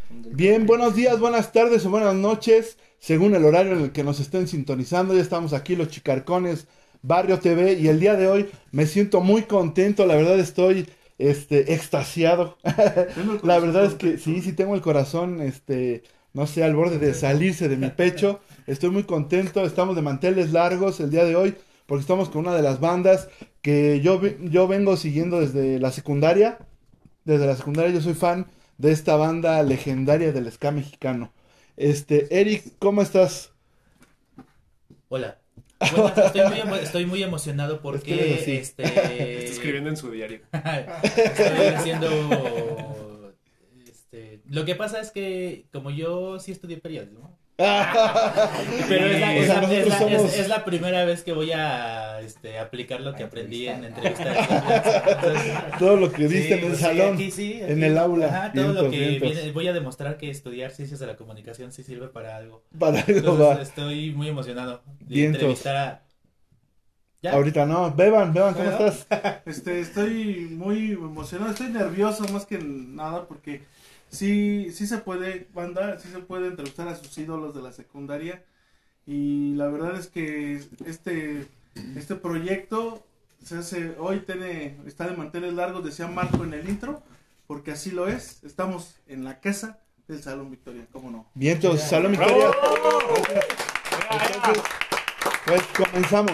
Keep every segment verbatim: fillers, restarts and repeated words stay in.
Bien, buenos días, buenas tardes o buenas noches, según el horario en el que nos estén sintonizando. Ya estamos aquí, los Chicarcones, Barrio T V, y el día de hoy me siento muy contento, la verdad estoy este, extasiado. La verdad es que sí, sí tengo el corazón, este, no sé, al borde de salirse de mi pecho. Estoy muy contento, estamos de manteles largos el día de hoy, porque estamos con una de las bandas que yo, vi- yo vengo siguiendo desde la secundaria. Desde la secundaria yo soy fan de esta banda legendaria del ska mexicano. Este, Eric, ¿cómo estás? Hola. Buenas, estoy muy, emo- estoy muy emocionado Es que eres porque así. Está este escribiendo en su diario. estoy haciendo este lo que pasa es que como yo sí estudié periodismo, pero es la, O es sea, la, es nosotros la- es- somos es la primera vez que voy a este aplicar lo que aprendí en entrevista de confianza. Entonces, todo lo que sí, viste en el pues sí, salón, aquí sí, en aquí, el aula. ajá, todo lo Vientos, que vientos. viene, voy a demostrar que estudiar ciencias de la comunicación sí sirve para algo. Para algo Entonces va. estoy muy emocionado de Vientos. entrevistar a... ¿Ya? Ahorita no. Beban, Beban, ¿cómo ¿Verdad? estás? Este, estoy muy emocionado, estoy nervioso más que nada porque sí, sí se puede, banda, sí se puede entrevistar a sus ídolos de la secundaria y la verdad es que este, este proyecto se hace, hoy tiene, está de manteles largos, decía Marco en el intro, porque así lo es, estamos en la casa del Salón Victoria, ¿cómo no? Vientos, Salón Victoria. Entonces, pues comenzamos.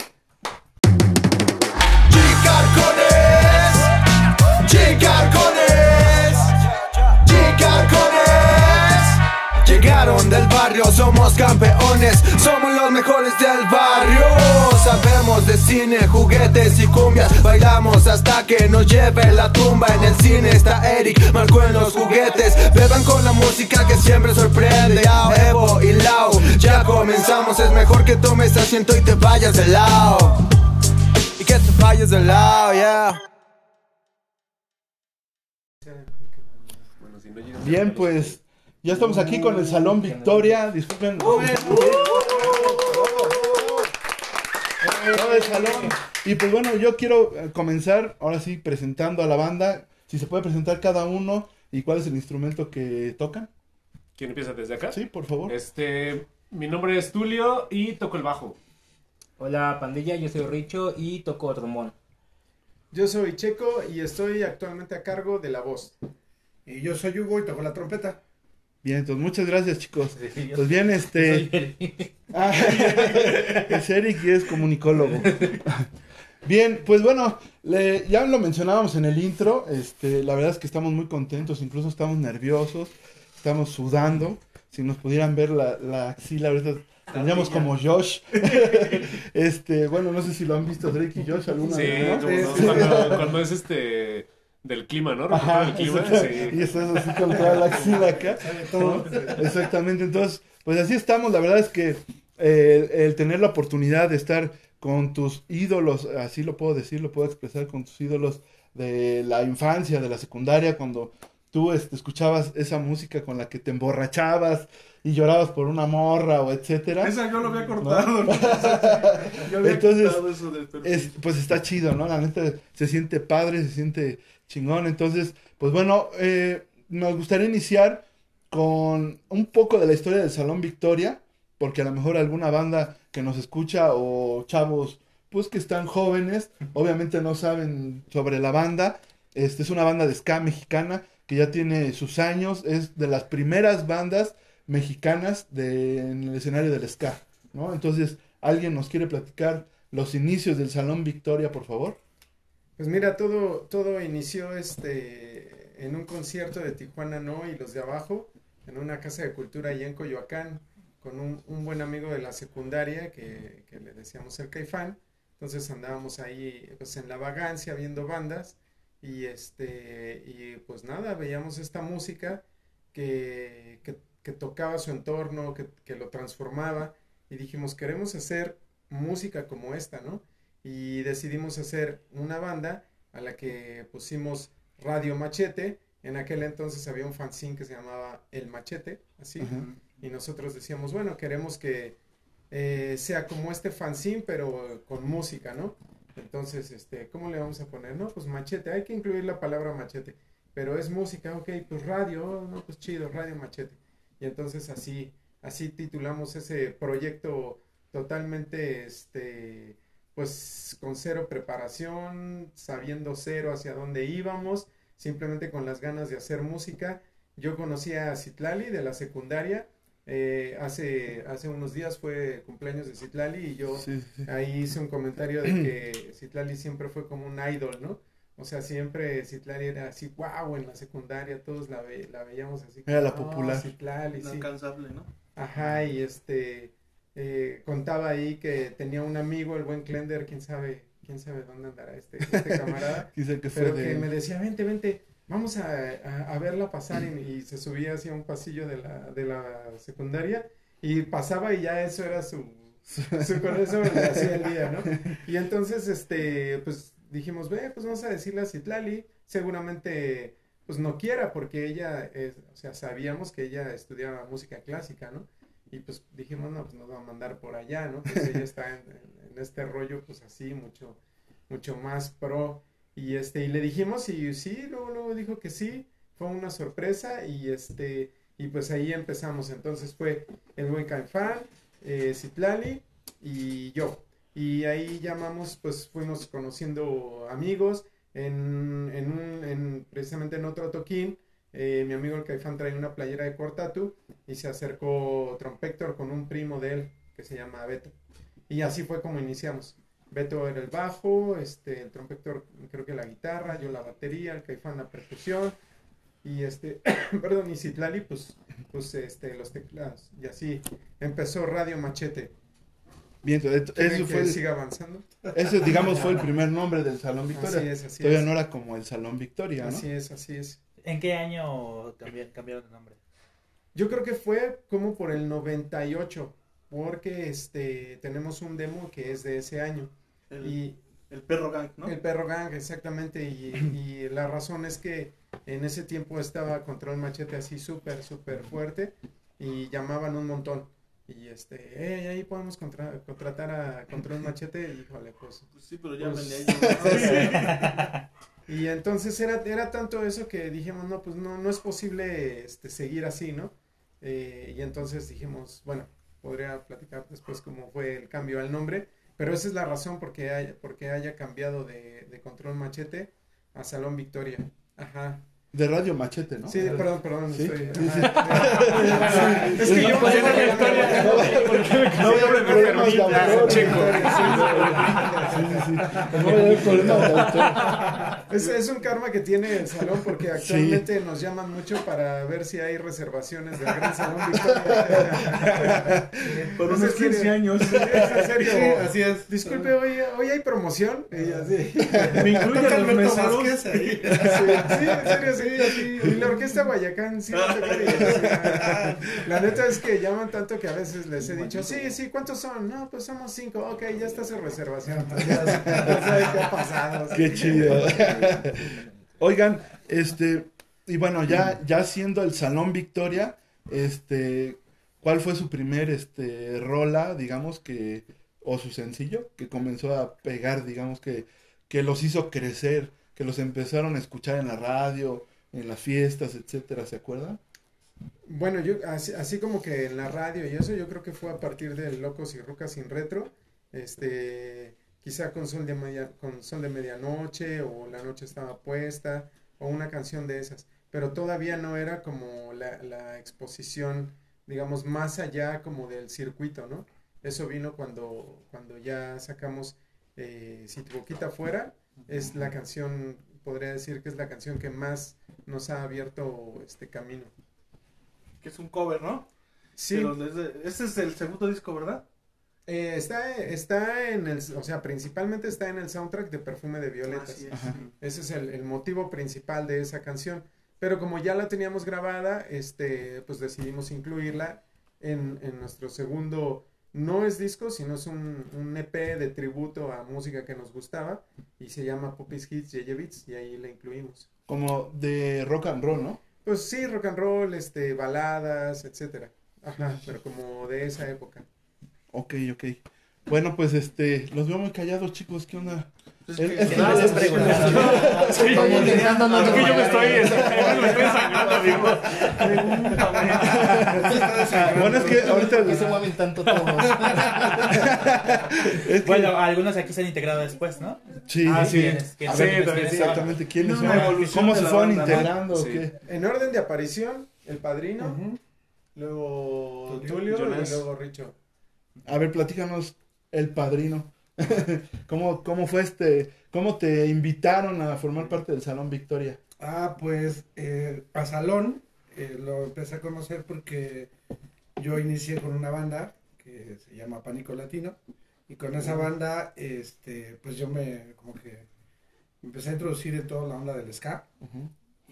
Chicarcones, chicarcones, chicarcones. Llegaron del barrio, somos campeones, somos los mejores del barrio. Sabemos de cine, juguetes y cumbias, bailamos hasta que nos lleve la tumba. En el cine está Eric, Marco en los juguetes. Beban con la música que siempre sorprende. Yao, Evo y Lau, ya comenzamos. Es mejor que tomes asiento y te vayas de lado. Y que te vayas de lado, yeah. Bueno, si no llegas Bien, a- pues ya estamos aquí con el Salón Victoria. Disculpen. Todo el salón. Y pues bueno, yo quiero eh, comenzar ahora sí presentando a la banda. Si se puede presentar cada uno y cuál es el instrumento que tocan. ¿Quién empieza desde acá? Sí, por favor. Este, mi nombre es Tulio y toco el bajo. Hola pandilla, yo soy Richo y toco trombón. Yo soy Checo y estoy actualmente a cargo de la voz. Y yo soy Hugo y toco la trompeta. Bien, entonces muchas gracias, chicos. Sí, yo- Pues bien, Soy este. Eric. Ah, es Eric y es comunicólogo. Bien, pues bueno, le- ya lo mencionábamos en el intro. Este, la verdad es que estamos muy contentos, incluso estamos nerviosos, estamos sudando. Si nos pudieran ver la, la axila, ahorita tendríamos como Josh. Este, bueno, no sé si lo han visto Drake y Josh alguna Sí, vez, ¿no? como no, Sí. cuando, cuando es este del clima, ¿no? Ajá, Reportero del clima, exacto. Y sí. estás así con toda la axila acá. ¿No? Exactamente, entonces, pues así estamos. La verdad es que eh, el tener la oportunidad de estar con tus ídolos, así lo puedo decir, lo puedo expresar, con tus ídolos de la infancia, de la secundaria, cuando tú este, escuchabas esa música con la que te emborrachabas y llorabas por una morra o etcétera. Esa yo lo había cortado, ¿no? Yo había Entonces, quitado eso del perfil. Es, pues está chido, ¿no? La neta se siente padre, se siente chingón. Entonces, pues bueno, eh, nos gustaría iniciar con un poco de la historia del Salón Victoria, porque a lo mejor alguna banda que nos escucha o chavos, pues que están jóvenes, obviamente no saben sobre la banda. Este es una banda de ska mexicana que ya tiene sus años, es de las primeras bandas mexicanas de, en el escenario del ska, ¿no? Entonces, ¿alguien nos quiere platicar los inicios del Salón Victoria, por favor? Pues mira, todo, todo inició este en un concierto de Tijuana No y los de abajo, en una casa de cultura allá en Coyoacán, con un, un buen amigo de la secundaria que, que le decíamos el Caifán. Entonces andábamos ahí pues en la vagancia viendo bandas y este y pues nada, veíamos esta música que, que, que tocaba su entorno, que, que lo transformaba y dijimos, queremos hacer música como esta, ¿no? Y decidimos hacer una banda a la que pusimos Radio Machete. En aquel entonces había un fanzine que se llamaba El Machete, así, Ujú. y nosotros decíamos, bueno, queremos que eh, sea como este fanzine, pero con música, ¿no? Entonces, este, ¿cómo le vamos a poner? No, pues Machete, hay que incluir la palabra machete. pero es música, ok, pues radio, oh, no, pues chido, Radio Machete. Y entonces así, así titulamos ese proyecto totalmente, este, pues con cero preparación, sabiendo cero hacia dónde íbamos, simplemente con las ganas de hacer música. Yo conocí a Citlali de la secundaria, eh, hace, hace unos días fue cumpleaños de Citlali y yo sí, sí. ahí hice un comentario de que Citlali siempre fue como un idol, ¿no? O sea, siempre Citlali era así, wow, en la secundaria todos la, ve, la veíamos así. Era la oh, popular. Citlali, sí. Inalcanzable, ¿no? Ajá, y este, eh, contaba ahí que tenía un amigo, el buen Klender, quién sabe, quién sabe dónde andará este, este camarada. Dice que fue pero de... que me decía, vente, vente, vamos a, a, a verla pasar, y, y se subía hacia un pasillo de la, de la secundaria, y pasaba y ya eso era su, su con eso le hacía el día, ¿no? Y entonces, este, pues, dijimos, ve, pues vamos a decirle a Citlali, seguramente pues no quiera, porque ella, es, o sea, sabíamos que ella estudiaba música clásica, ¿no? Y pues dijimos, no, pues nos va a mandar por allá, ¿no? Pues ella está en, en, en este rollo, pues así, mucho, mucho más pro, y este, y le dijimos, y sí, luego, luego dijo que sí, fue una sorpresa, y este, y pues ahí empezamos. Entonces fue el buen Caifán, eh, Citlali y yo. Y ahí llamamos, pues fuimos conociendo amigos, en, en un, en, precisamente en otro toquín, eh, mi amigo el Caifán traía una playera de Cortatu y se acercó Trompector con un primo de él que se llama Beto. Y así fue como iniciamos. Beto era el bajo, este, el Trompector creo que la guitarra, yo la batería, el Caifán la percusión y este, perdón, y Citlali pues, pues este, los teclados. Y así empezó Radio Machete. Bien, eso fue el, siga avanzando. Ese, digamos, fue el primer nombre del Salón Victoria. Así es, así Todavía es. no era como el Salón Victoria, ¿no? Así es, así es. ¿En qué año cambiaron, cambiaron de nombre? Yo creo que fue como por el noventa y ocho, porque este tenemos un demo que es de ese año. El, y el Perro Gang, ¿no? El Perro Gang, exactamente, y, y la razón es que en ese tiempo estaba Control Machete así súper, súper fuerte y llamaban un montón. Y este, eh, ahí podemos contra, contratar a Control Machete, híjole, pues. Pues sí, pero ya pues, venía yo. Y entonces era, era tanto eso que dijimos, no, pues no, no es posible este, seguir así, ¿no? Eh, y entonces dijimos, bueno, podría platicar después cómo fue el cambio al nombre, pero esa es la razón por qué haya, por qué haya cambiado de, de Control Machete a Salón Victoria. Ajá. De Radio Machete, ¿no? Sí, perdón, perdón. ¿Sí? Estoy, ajá, es que yo pasé la historia. ¿Por qué me cambié el nombre de Permita? Checo. Es, es un karma que tiene el salón porque actualmente sí. nos llaman mucho para ver si hay reservaciones del Gran Salón Victoria. Por unos quince años. Sí, en serio. Sí, así es. Disculpe, hoy, hoy hay promoción. Y así. Me incluyen los meseros. Sí, sí, en serio, sí. Sí, y la orquesta Guayacán, sí, no te crees. La neta es que llaman tanto que a veces les he dicho, sí, sí, ¿cuántos son? No, pues somos cinco, ok, ya está su reservación. Ya, ya sabe qué ha pasado. Qué chido. Oigan, este, y bueno, ya, ya siendo el Salón Victoria, este, ¿cuál fue su primer, este, rola, digamos que, o su sencillo, que comenzó a pegar, digamos que, que los hizo crecer, que los empezaron a escuchar en la radio, en las fiestas, etcétera, ¿se acuerdan? Bueno, yo así, así como que en la radio y eso, yo creo que fue a partir de Locos y Rucas sin Retro, este, quizá con Sol de media, con Sol de Medianoche, o La Noche Estaba Puesta, o una canción de esas, pero todavía no era como la, la exposición, digamos, más allá como del circuito, ¿no? Eso vino cuando, cuando ya sacamos eh, Si tu boquita fuera, es la canción, podría decir que es la canción que más nos ha abierto este camino. Que es un cover, ¿no? Sí. Pero desde, este es el segundo disco, ¿verdad? Eh, está, está en el, o sea, principalmente está en el soundtrack de Perfume de Violetas. Así es. Ese es el, el motivo principal de esa canción. Pero como ya la teníamos grabada, este, pues decidimos incluirla en, en nuestro segundo, no es disco, sino es un, un E P de tributo a música que nos gustaba, y se llama Puppies Hits Yeye Beats, y ahí la incluimos. Como de rock and roll, ¿no? Pues sí, rock and roll, este, baladas, etcétera. Ajá, pero como de esa época. Ok, ok. Bueno, pues este, los veo muy callados, chicos, ¿qué onda? Pues Es- que- es Que que- no estás preguntando. Sí, Estoy intentando no es que yo me desmayar. estoy, me estoy sangrando, digo. Bueno, es que ahorita... ¿Por qué se mueven tanto todos? es que- Bueno, algunos aquí se han integrado después, ¿no? sí, Ah, sí, sí. ¿Quiénes- quiénes- Sí, quiénes también, estaban? exactamente. ¿Quiénes Una son? evolución ¿Cómo de se la fueron banda, ¿no? integrando o Sí. qué? En orden de aparición, el padrino, Ujú. luego Tulio, Tulio Jonas. y luego Richo. A ver, platícanos el padrino. ¿Cómo, cómo fue este? ¿Cómo te invitaron a formar parte del Salón Victoria? Ah, pues eh, a Salón eh, lo empecé a conocer porque yo inicié con una banda que se llama Pánico Latino y con esa banda, este, pues yo me como que me empecé a introducir en toda la onda del ska Ujú.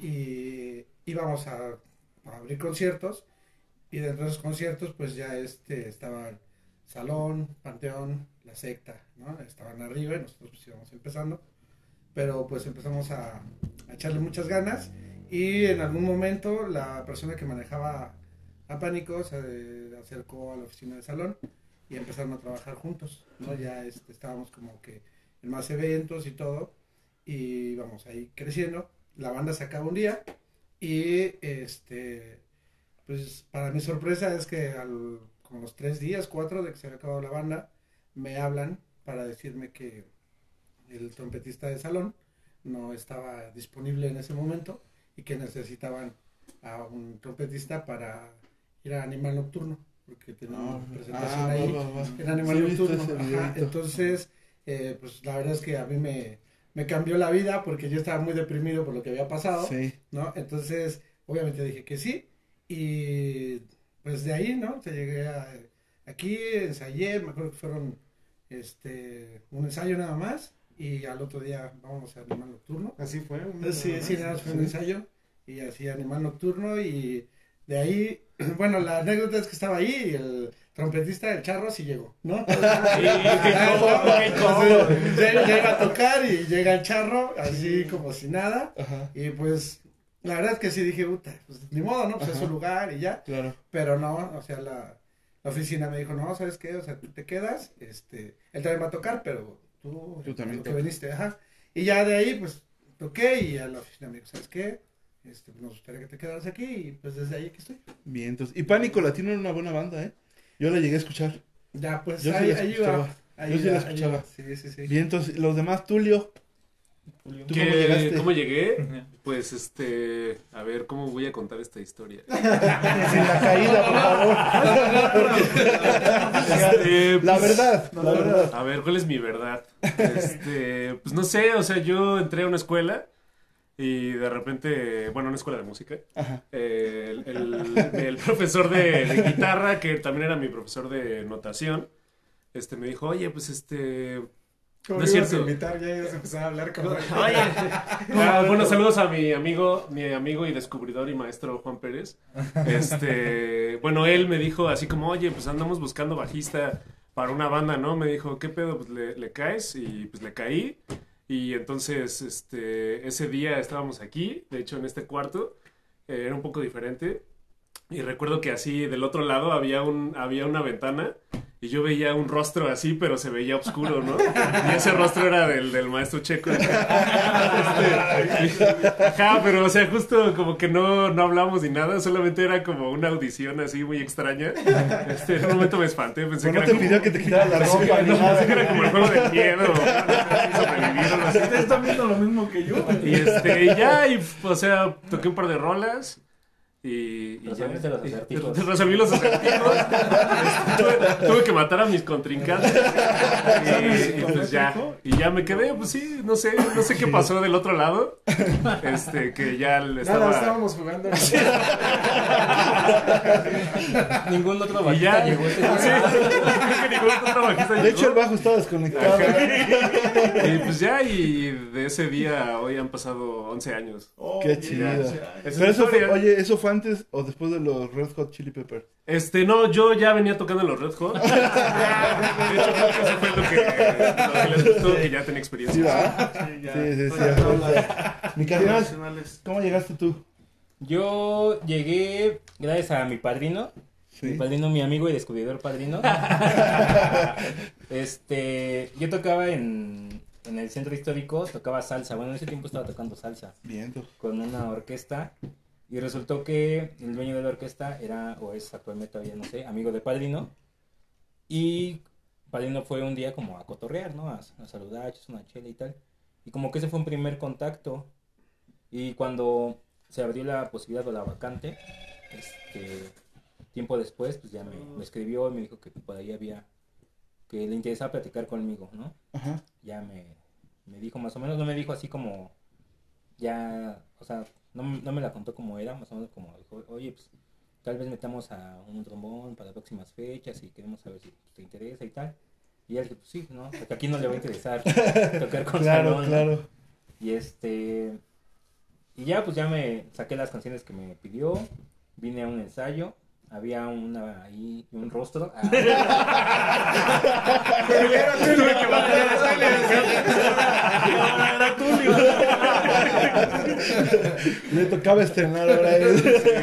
y íbamos a, a abrir conciertos y dentro de esos conciertos pues ya este estaban Salón, Panteón, La Secta, ¿no? Estaban arriba y nosotros pues íbamos empezando, pero pues empezamos a, a echarle muchas ganas y en algún momento la persona que manejaba a Pánico se acercó a la oficina de Salón y empezaron a trabajar juntos, ¿no? Ya este, estábamos como que en más eventos y todo y íbamos ahí creciendo. La banda se acaba un día y este pues para mi sorpresa es que al, como los tres días, cuatro de que se había acabado la banda, me hablan para decirme que el trompetista de Salón no estaba disponible en ese momento y que necesitaban a un trompetista para ir a Animal Nocturno, porque tenía una presentación Ah, ahí va, va, va. en Animal Sí, he visto Nocturno. ese Ajá, videíto. entonces, eh, pues la verdad es que a mí me, me cambió la vida porque yo estaba muy deprimido por lo que había pasado, Sí. ¿no? Entonces, obviamente dije que sí y pues de ahí, ¿no? Te llegué a, aquí, ensayé, me acuerdo que fueron este un ensayo nada más y al otro día vamos a Animal Nocturno. Así fue. un- Entonces, sí, sí, nada más fue un ensayo y así Animal Nocturno y de ahí, bueno, la anécdota es que estaba ahí y el trompetista del charro sí llegó, ¿no? Entonces, llega, llega a tocar y llega el charro así como si nada Ajá. y pues la verdad es que sí dije, puta, pues ni modo, ¿no? Pues es Ajá. su lugar y ya, Claro. pero no, o sea, la, la oficina me dijo, no, ¿sabes qué? O sea, tú te quedas, este, él también va a tocar, pero tú, Tú también lo que tocas. viniste, ajá. Y ya de ahí, pues, toqué y a la oficina me dijo, ¿sabes qué? Este, nos gustaría que te quedaras aquí y pues desde ahí que estoy. Bien, entonces. Y Pánico Latino era una buena banda, ¿eh? Yo la llegué a escuchar. Ya, pues, Yo sí ahí, la ahí escuchaba. iba. Ahí Yo sí la iba, ahí escuchaba. iba. Sí, sí, sí. Bien, entonces, los demás, Tulio. ¿Tú ¿Qué- cómo llegaste? ¿Cómo llegué? Pues este, a ver, ¿cómo voy a contar esta historia? Sin la caída, por favor. Este, La pues, verdad, la verdad. A ver, ¿cuál es mi verdad? Este, pues no sé, o sea, yo entré a una escuela y de repente, bueno, una escuela de música. Ajá. eh, el, el- el profesor de, de guitarra, que también era mi profesor de notación, este, me dijo, oye, pues este... ¿Cómo No es ibas a cierto. invitar? Ya ibas a empezar a hablar como... Oye, ah, bueno, saludos a mi amigo, mi amigo y descubridor y maestro Juan Pérez. Este, bueno, él me dijo así como, oye, pues andamos buscando bajista para una banda, ¿no? Me dijo, ¿qué pedo? Pues le, le caes y pues le caí. Y entonces, este, ese día estábamos aquí, de hecho en este cuarto, eh, era un poco diferente. Y recuerdo que así del otro lado había un, había una ventana. Y yo veía un rostro así, pero se veía oscuro, ¿no? Y ese rostro era del, del maestro Checo. Este, ajá, pero o sea, justo como que no, no hablamos ni nada, solamente era como una audición así muy extraña. Este, en un momento me espanté, pensé Pero no que te era pidió como, que te quitaras la ropa ni no, nada. pensé que era como el juego del miedo, o sobrevivir o algo así. Ustedes están viendo lo mismo que yo. Y este, y ya, y, o sea, toqué un par de rolas. Y, y ya, Resolviste los y- acertijos. y resolví los acertijos. Este, tuve, tuve que matar a mis contrincantes. Y, y pues ya. Y ya me quedé, pues sí, no sé, no sé qué pasó del otro lado. Este, que ya le Nada, estaba. estábamos jugando. Ningún otro Y bajista ya. llegó ese Sí, día. creo que ningún otro bajista De llegó. hecho, el bajo estaba desconectado. Y pues ya, y de ese día hoy han pasado once años. Qué chido. Esa es Pero la eso fue, historia. oye, ¿eso fue antes o después de los Red Hot Chili Peppers? Este, no, yo ya venía tocando en los Red Hot. De hecho, creo que eso fue lo que, lo que les gustó, que ya tenía Sí, experiencia. ¿verdad? Sí, ya. Sí, sí, sí. Todas las tablas Mi carnal, internacionales. ¿cómo llegaste tú? Yo llegué gracias a mi padrino. Mi Sí. padrino, mi amigo y descubridor padrino. Este, yo tocaba en, en el centro histórico tocaba salsa. Bueno, en ese tiempo estaba tocando salsa. Viendo. Con una orquesta. Y resultó que el dueño de la orquesta era, o es actualmente todavía, no sé, amigo de Padrino. Y Padrino fue un día como a cotorrear, ¿no? A, a saludar, echarse una chela y tal. Y como que ese fue un primer contacto. Y cuando se abrió la posibilidad o la vacante, este, tiempo después, pues ya me, me escribió y me dijo que por ahí había, que le interesaba platicar conmigo, ¿no? Ajá. Ya me, me dijo más o menos, no me dijo así como, ya, o sea, no, no me la contó como era, más o menos como dijo, oye, pues tal vez metamos a un trombón para próximas fechas y queremos saber si te interesa y tal. Y ya dije, pues sí, ¿no? Porque aquí no le va a interesar tocar con Claro, salón, ¿no? claro. Y este... Y ya, pues ya me saqué las canciones que me pidió, vine a un ensayo, había una ahí, un rostro. Ah. Primero tuve que Era Tulio. Le tocaba estrenar ahora él.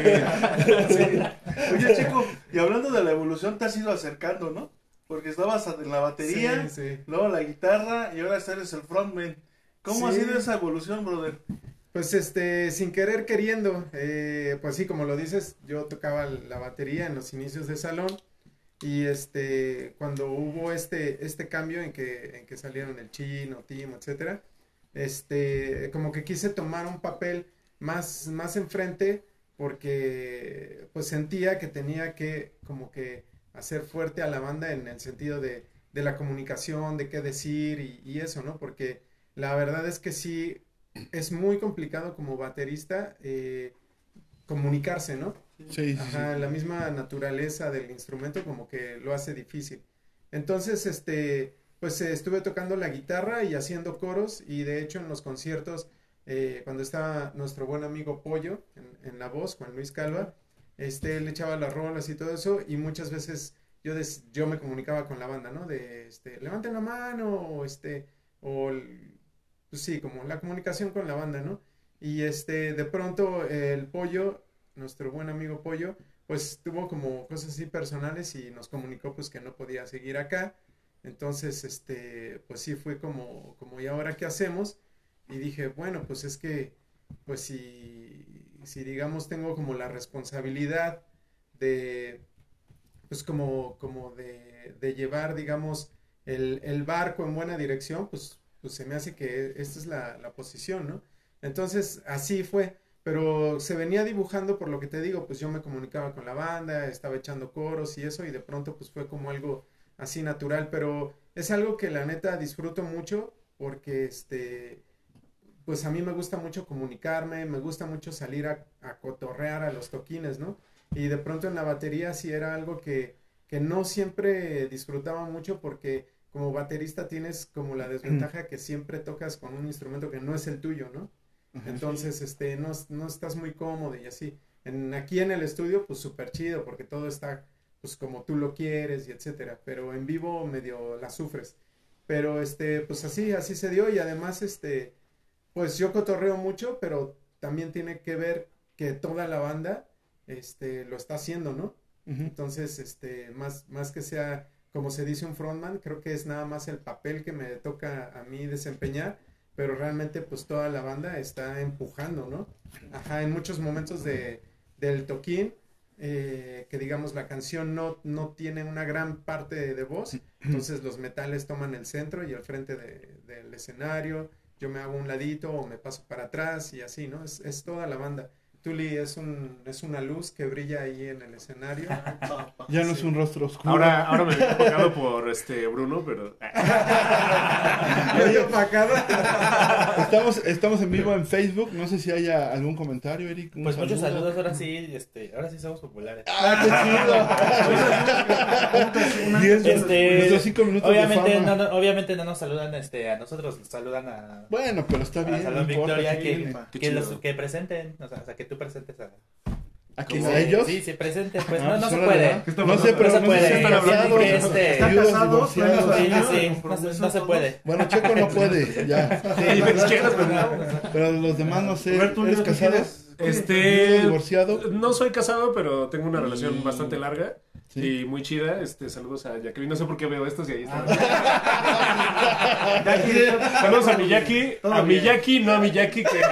Sí. Oye, chico, y hablando de la evolución, te has ido acercando, ¿no? Porque estabas en la batería, Sí, sí. luego la guitarra y ahora eres el frontman. ¿Cómo Sí. ha sido esa evolución, brother? Pues este, sin querer queriendo, eh, pues sí, como lo dices, yo tocaba la batería en los inicios de salón y este, cuando hubo este, este cambio en que, en que salieron el Chino, Timo, etcétera, este, como que quise tomar un papel más, más enfrente porque pues sentía que tenía que como que hacer fuerte a la banda en el sentido de, de la comunicación, de qué decir y, y eso, ¿no? Porque la verdad es que sí, es muy complicado como baterista eh, comunicarse, ¿no? Sí, sí, Ajá, sí. la misma naturaleza del instrumento como que lo hace difícil. Entonces, este, pues eh, estuve tocando la guitarra y haciendo coros y de hecho en los conciertos, eh, cuando estaba nuestro buen amigo Pollo en, en la voz, Juan Luis Calva, este, él echaba las rolas y todo eso y muchas veces yo, des, yo me comunicaba con la banda, ¿no? De, este, levanten la mano o este, o... pues sí, como la comunicación con la banda, ¿no? Y este, de pronto el Pollo, nuestro buen amigo Pollo, pues tuvo como cosas así personales y nos comunicó pues que no podía seguir acá. Entonces, este, pues sí fue como, como ¿y ahora qué hacemos? Y dije, bueno, pues es que, pues si, si digamos tengo como la responsabilidad de, pues como, como de, de llevar, digamos, el, el barco en buena dirección, pues pues se me hace que esta es la, la posición, ¿no? Entonces, así fue, pero se venía dibujando por lo que te digo, pues yo me comunicaba con la banda, estaba echando coros y eso, y de pronto pues fue como algo así natural, pero es algo que la neta disfruto mucho, porque este, pues a mí me gusta mucho comunicarme, me gusta mucho salir a, a cotorrear a los toquines, ¿no? Y de pronto en la batería sí era algo que, que no siempre disfrutaba mucho, porque como baterista tienes como la desventaja que siempre tocas con un instrumento que no es el tuyo, ¿no? Entonces, este, no, no estás muy cómodo y así. En, aquí en el estudio, pues súper chido, porque todo está, pues como tú lo quieres y etcétera. Pero en vivo medio la sufres. Pero, este, pues así, así se dio y además, este, pues yo cotorreo mucho, pero también tiene que ver que toda la banda, este, lo está haciendo, ¿no? Uh-huh. Entonces, este, más, más que sea... como se dice un frontman, creo que es nada más el papel que me toca a mí desempeñar, pero realmente pues toda la banda está empujando, ¿no? Ajá, en muchos momentos de, del toquín, eh, que digamos la canción no, no tiene una gran parte de, de voz, entonces los metales toman el centro y el frente de, del escenario, yo me hago un ladito o me paso para atrás y así, ¿no? Es, es toda la banda. Tuli es un es una luz que brilla ahí en el escenario. Ya no sí. es un rostro oscuro. Ahora, ahora me he tocado por este Bruno, pero... Medio opacado. Estamos, estamos en vivo en Facebook. No sé si haya algún comentario, Eric. Pues saludo. Muchos saludos, ahora sí, este, ahora sí somos populares. ¡Ah, qué chido! este, cinco minutos obviamente, de fama. No, no, obviamente no nos saludan este, a nosotros, saludan a... Bueno, pero está bien. A Salón no Victoria, importa, que, que, los, que presenten, o sea, o sea, que tú presentes a... ¿A quién? ¿A ellos? Sí, se presenten, pues ah, no, no pues se puede. No sé, pero no se no puede. sé si están hablando. Que este... ¿Están casados? Sí, sí, no, se, no se puede. Bueno, Checo no puede, ya. Sí, pero los demás no sé. ¿Eres casado? Este... ¿Divorciado? No soy casado, pero tengo una relación bastante larga. Sí. Y muy chida, este, saludos a Jacqueline, no sé por qué veo estos y ahí están. Saludos a Miyaki, a Miyaki, no a Miyaki, que,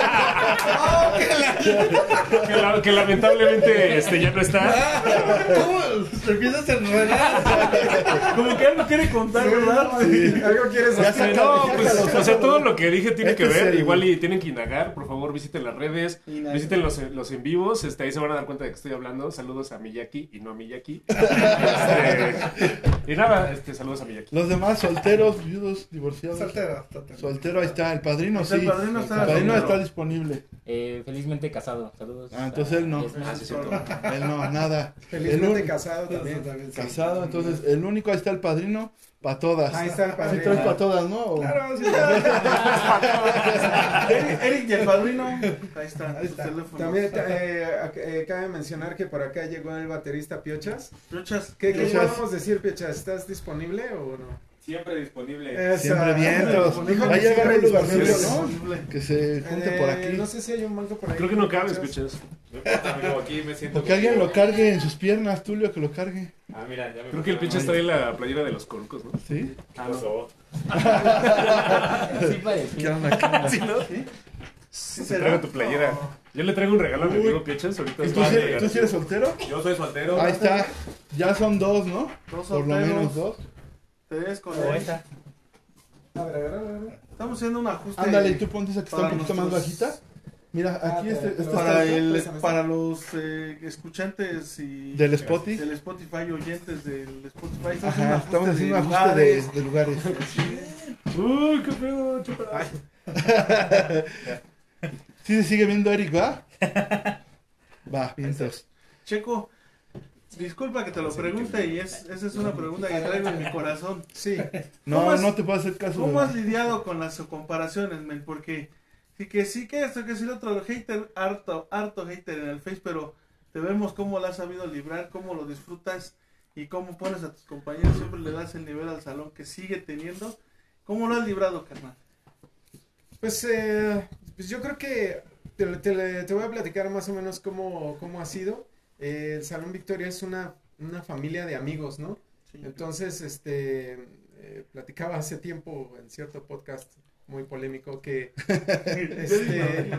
que, la- que lamentablemente este, ya no está. ¿Cómo? Te empiezas a enredar. Como que algo quiere contar, ¿verdad? Algo quieres Ya hacer. sácalo, No, pues, sácalo, o sea, sácalo. todo lo que dije tiene Este que es ver, el- igual y tienen que indagar, por favor, visiten las redes, Indagar. visiten los, los en vivos, este, ahí se van a dar cuenta de que estoy hablando. Saludos a Miyaki y no a Miyaki. Este, y nada, este, saludos a Miyaki. Los demás, solteros, viudos, divorciados. Soltero, totalmente. Soltero, ahí está. El padrino, sí. El padrino está- El padrino soltero. está disponible. Eh, felizmente casado. Saludos. Ah, entonces él no. Es más, Ah, sí, cierto. Él no, nada. Felizmente El un- casado también. También, sí. Casado, entonces el único, ahí está el padrino, para todas. Ahí está el Sí, padrino. traes para todas, ¿no? O- Claro, sí, Eric, Eric y el padrino. Ahí está, Ahí está. sus teléfonos. También eh, ac- eh, cabe mencionar que por acá llegó el baterista Piochas. Piochas. ¿Qué, qué Piochas. podemos decir, Piochas? ¿Estás disponible o no? Siempre disponible. Esa- Siempre vientos. Dijo Va a que llegar un siempre lugarcito, disponible. ¿no? Que se junte Eh, por aquí. No sé si hay un banco por ahí. Creo que no cabe, Piochas. escuchas. No importa, amigo, aquí me siento. O que alguien lo cargue en sus piernas, Tulio, que lo cargue. Ah, mira, ya me Creo que el pinche está ahí en la playera de los corcos, ¿no? ¿Sí? Ah, no. Sí parece. Que era una cámara. Sí, ¿no? Sí, Te traigo tu playera. Yo le traigo un regalo a mi amigo Piechas ahorita. ¿Y tú, va a sí- llegar. tú sí eres soltero? Yo soy soltero. Ahí está. Ya son dos, ¿no? Dos Por lo solteros. menos dos. Tres con O Eric. esa. A ver, a ver, a ver, a ver. Estamos haciendo un ajuste. Ándale, y tú ponte esa que está un para poquito más nuestros- bajita. Mira, Ah, aquí te- este, te este lo- Para, está el, Préstame, para los eh, escuchantes y del Spotify. del Spotify, oyentes del Spotify. Estamos Ajá, haciendo estamos un haciendo un ajuste ajuste de, lugares. de lugares. Uy, qué pedo, chupa. ¿Sí se sigue viendo Eric, va? Va, vientos. Checo, disculpa que te lo pregunte y es, esa es una pregunta que traigo en mi corazón. Sí. No, ¿Cómo has- no te puedo hacer caso. ¿Cómo de- has lidiado con las comparaciones, men? Porque sí que sí que esto, que sí lo otro, hater, harto, harto hater en el Face, pero te vemos cómo lo has sabido librar, cómo lo disfrutas y cómo pones a tus compañeros, siempre le das el nivel al salón que sigue teniendo. ¿Cómo lo has librado, carnal? Pues, eh, pues yo creo que te, te- te voy a platicar más o menos cómo, cómo ha sido. Eh, el Salón Victoria es una, una familia de amigos, ¿no? Sí. Entonces, este, eh, platicaba hace tiempo en cierto podcast muy polémico que, este,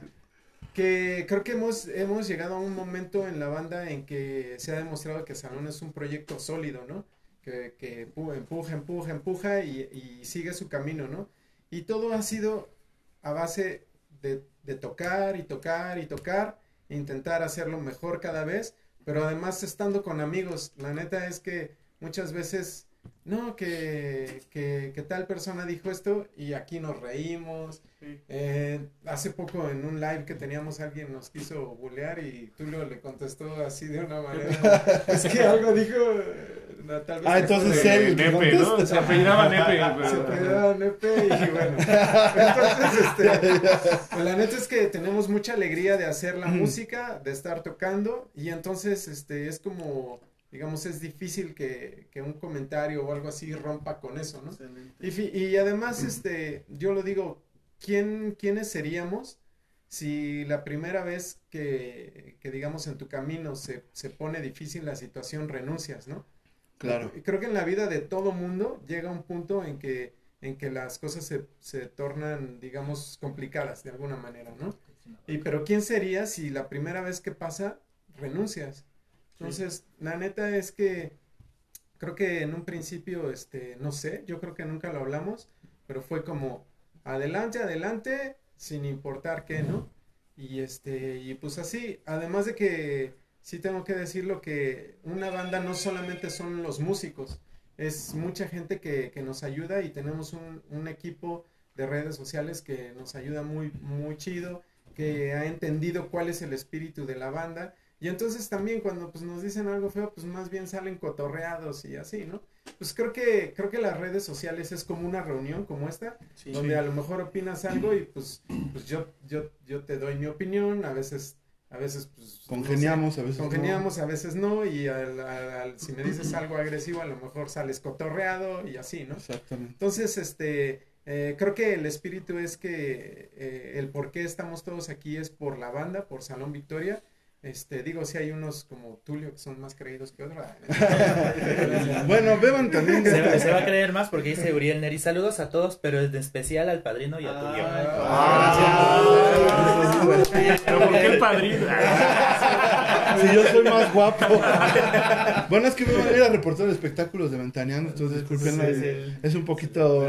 que creo que hemos, hemos llegado a un momento en la banda en que se ha demostrado que Salón es un proyecto sólido, ¿no? Que, que empu- empuja, empuja, empuja y, y sigue su camino, ¿no? Y todo ha sido a base de, de tocar y tocar y tocar, e intentar hacerlo mejor cada vez, pero además estando con amigos. La neta es que muchas veces, no, que, que, que tal persona dijo esto y aquí nos reímos. Sí. Eh, hace poco en un live que teníamos alguien nos quiso bullear y Tulio le contestó así de una manera. Es que algo dijo, eh, no, tal vez Ah, que entonces fue de- él- Nepe, ¿no? Se apellidaba Nepe. se pero- apellidaba Nepe y bueno. Entonces, este, pues la neta es que tenemos mucha alegría de hacer la música, de estar tocando y entonces este es como, digamos, es difícil que, que un comentario o algo así rompa con eso, ¿no? Excelente. Y, fi- y además, este, yo lo digo, ¿quién, ¿quiénes seríamos si la primera vez que, que digamos, en tu camino se, se pone difícil la situación renuncias, ¿no? Claro. Y creo que en la vida de todo mundo llega un punto en que, en que las cosas se, se tornan, digamos, complicadas de alguna manera, ¿no? Y pero ¿quién sería si la primera vez que pasa renuncias? Entonces, la neta es que creo que en un principio, este, no sé, yo creo que nunca lo hablamos, pero fue como adelante, adelante, sin importar qué, ¿no? Y este, y pues así, además de que sí tengo que decirlo que una banda no solamente son los músicos, es mucha gente que, que nos ayuda y tenemos un, un equipo de redes sociales que nos ayuda muy, muy chido, que ha entendido cuál es el espíritu de la banda. Y entonces también cuando pues nos dicen algo feo, pues más bien salen cotorreados y así, ¿no? Pues creo que, creo que las redes sociales es como una reunión como esta, Sí. donde a lo mejor opinas algo y pues, pues yo, yo, yo te doy mi opinión, a veces, a veces pues Congeniamos, no sé, a veces no. congeniamos, a veces no, y al, al- al- si me dices algo agresivo, a lo mejor sales cotorreado y así, ¿no? Exactamente. Entonces, este, eh, creo que el espíritu es que eh, el por qué estamos todos aquí es por la banda, por Salón Victoria. Este, digo, sí hay unos como Tulio que son más creídos que otros. Bueno, beban también. Se, se va a creer más porque dice Uriel Neri. Saludos a todos, pero en especial al padrino y a tu guión. Pero ¿por qué el padrino? Si yo soy más guapo. Bueno, es que me van a ir a reportar espectáculos de Ventaneando, entonces disculpen, Sí, sí. es un poquito...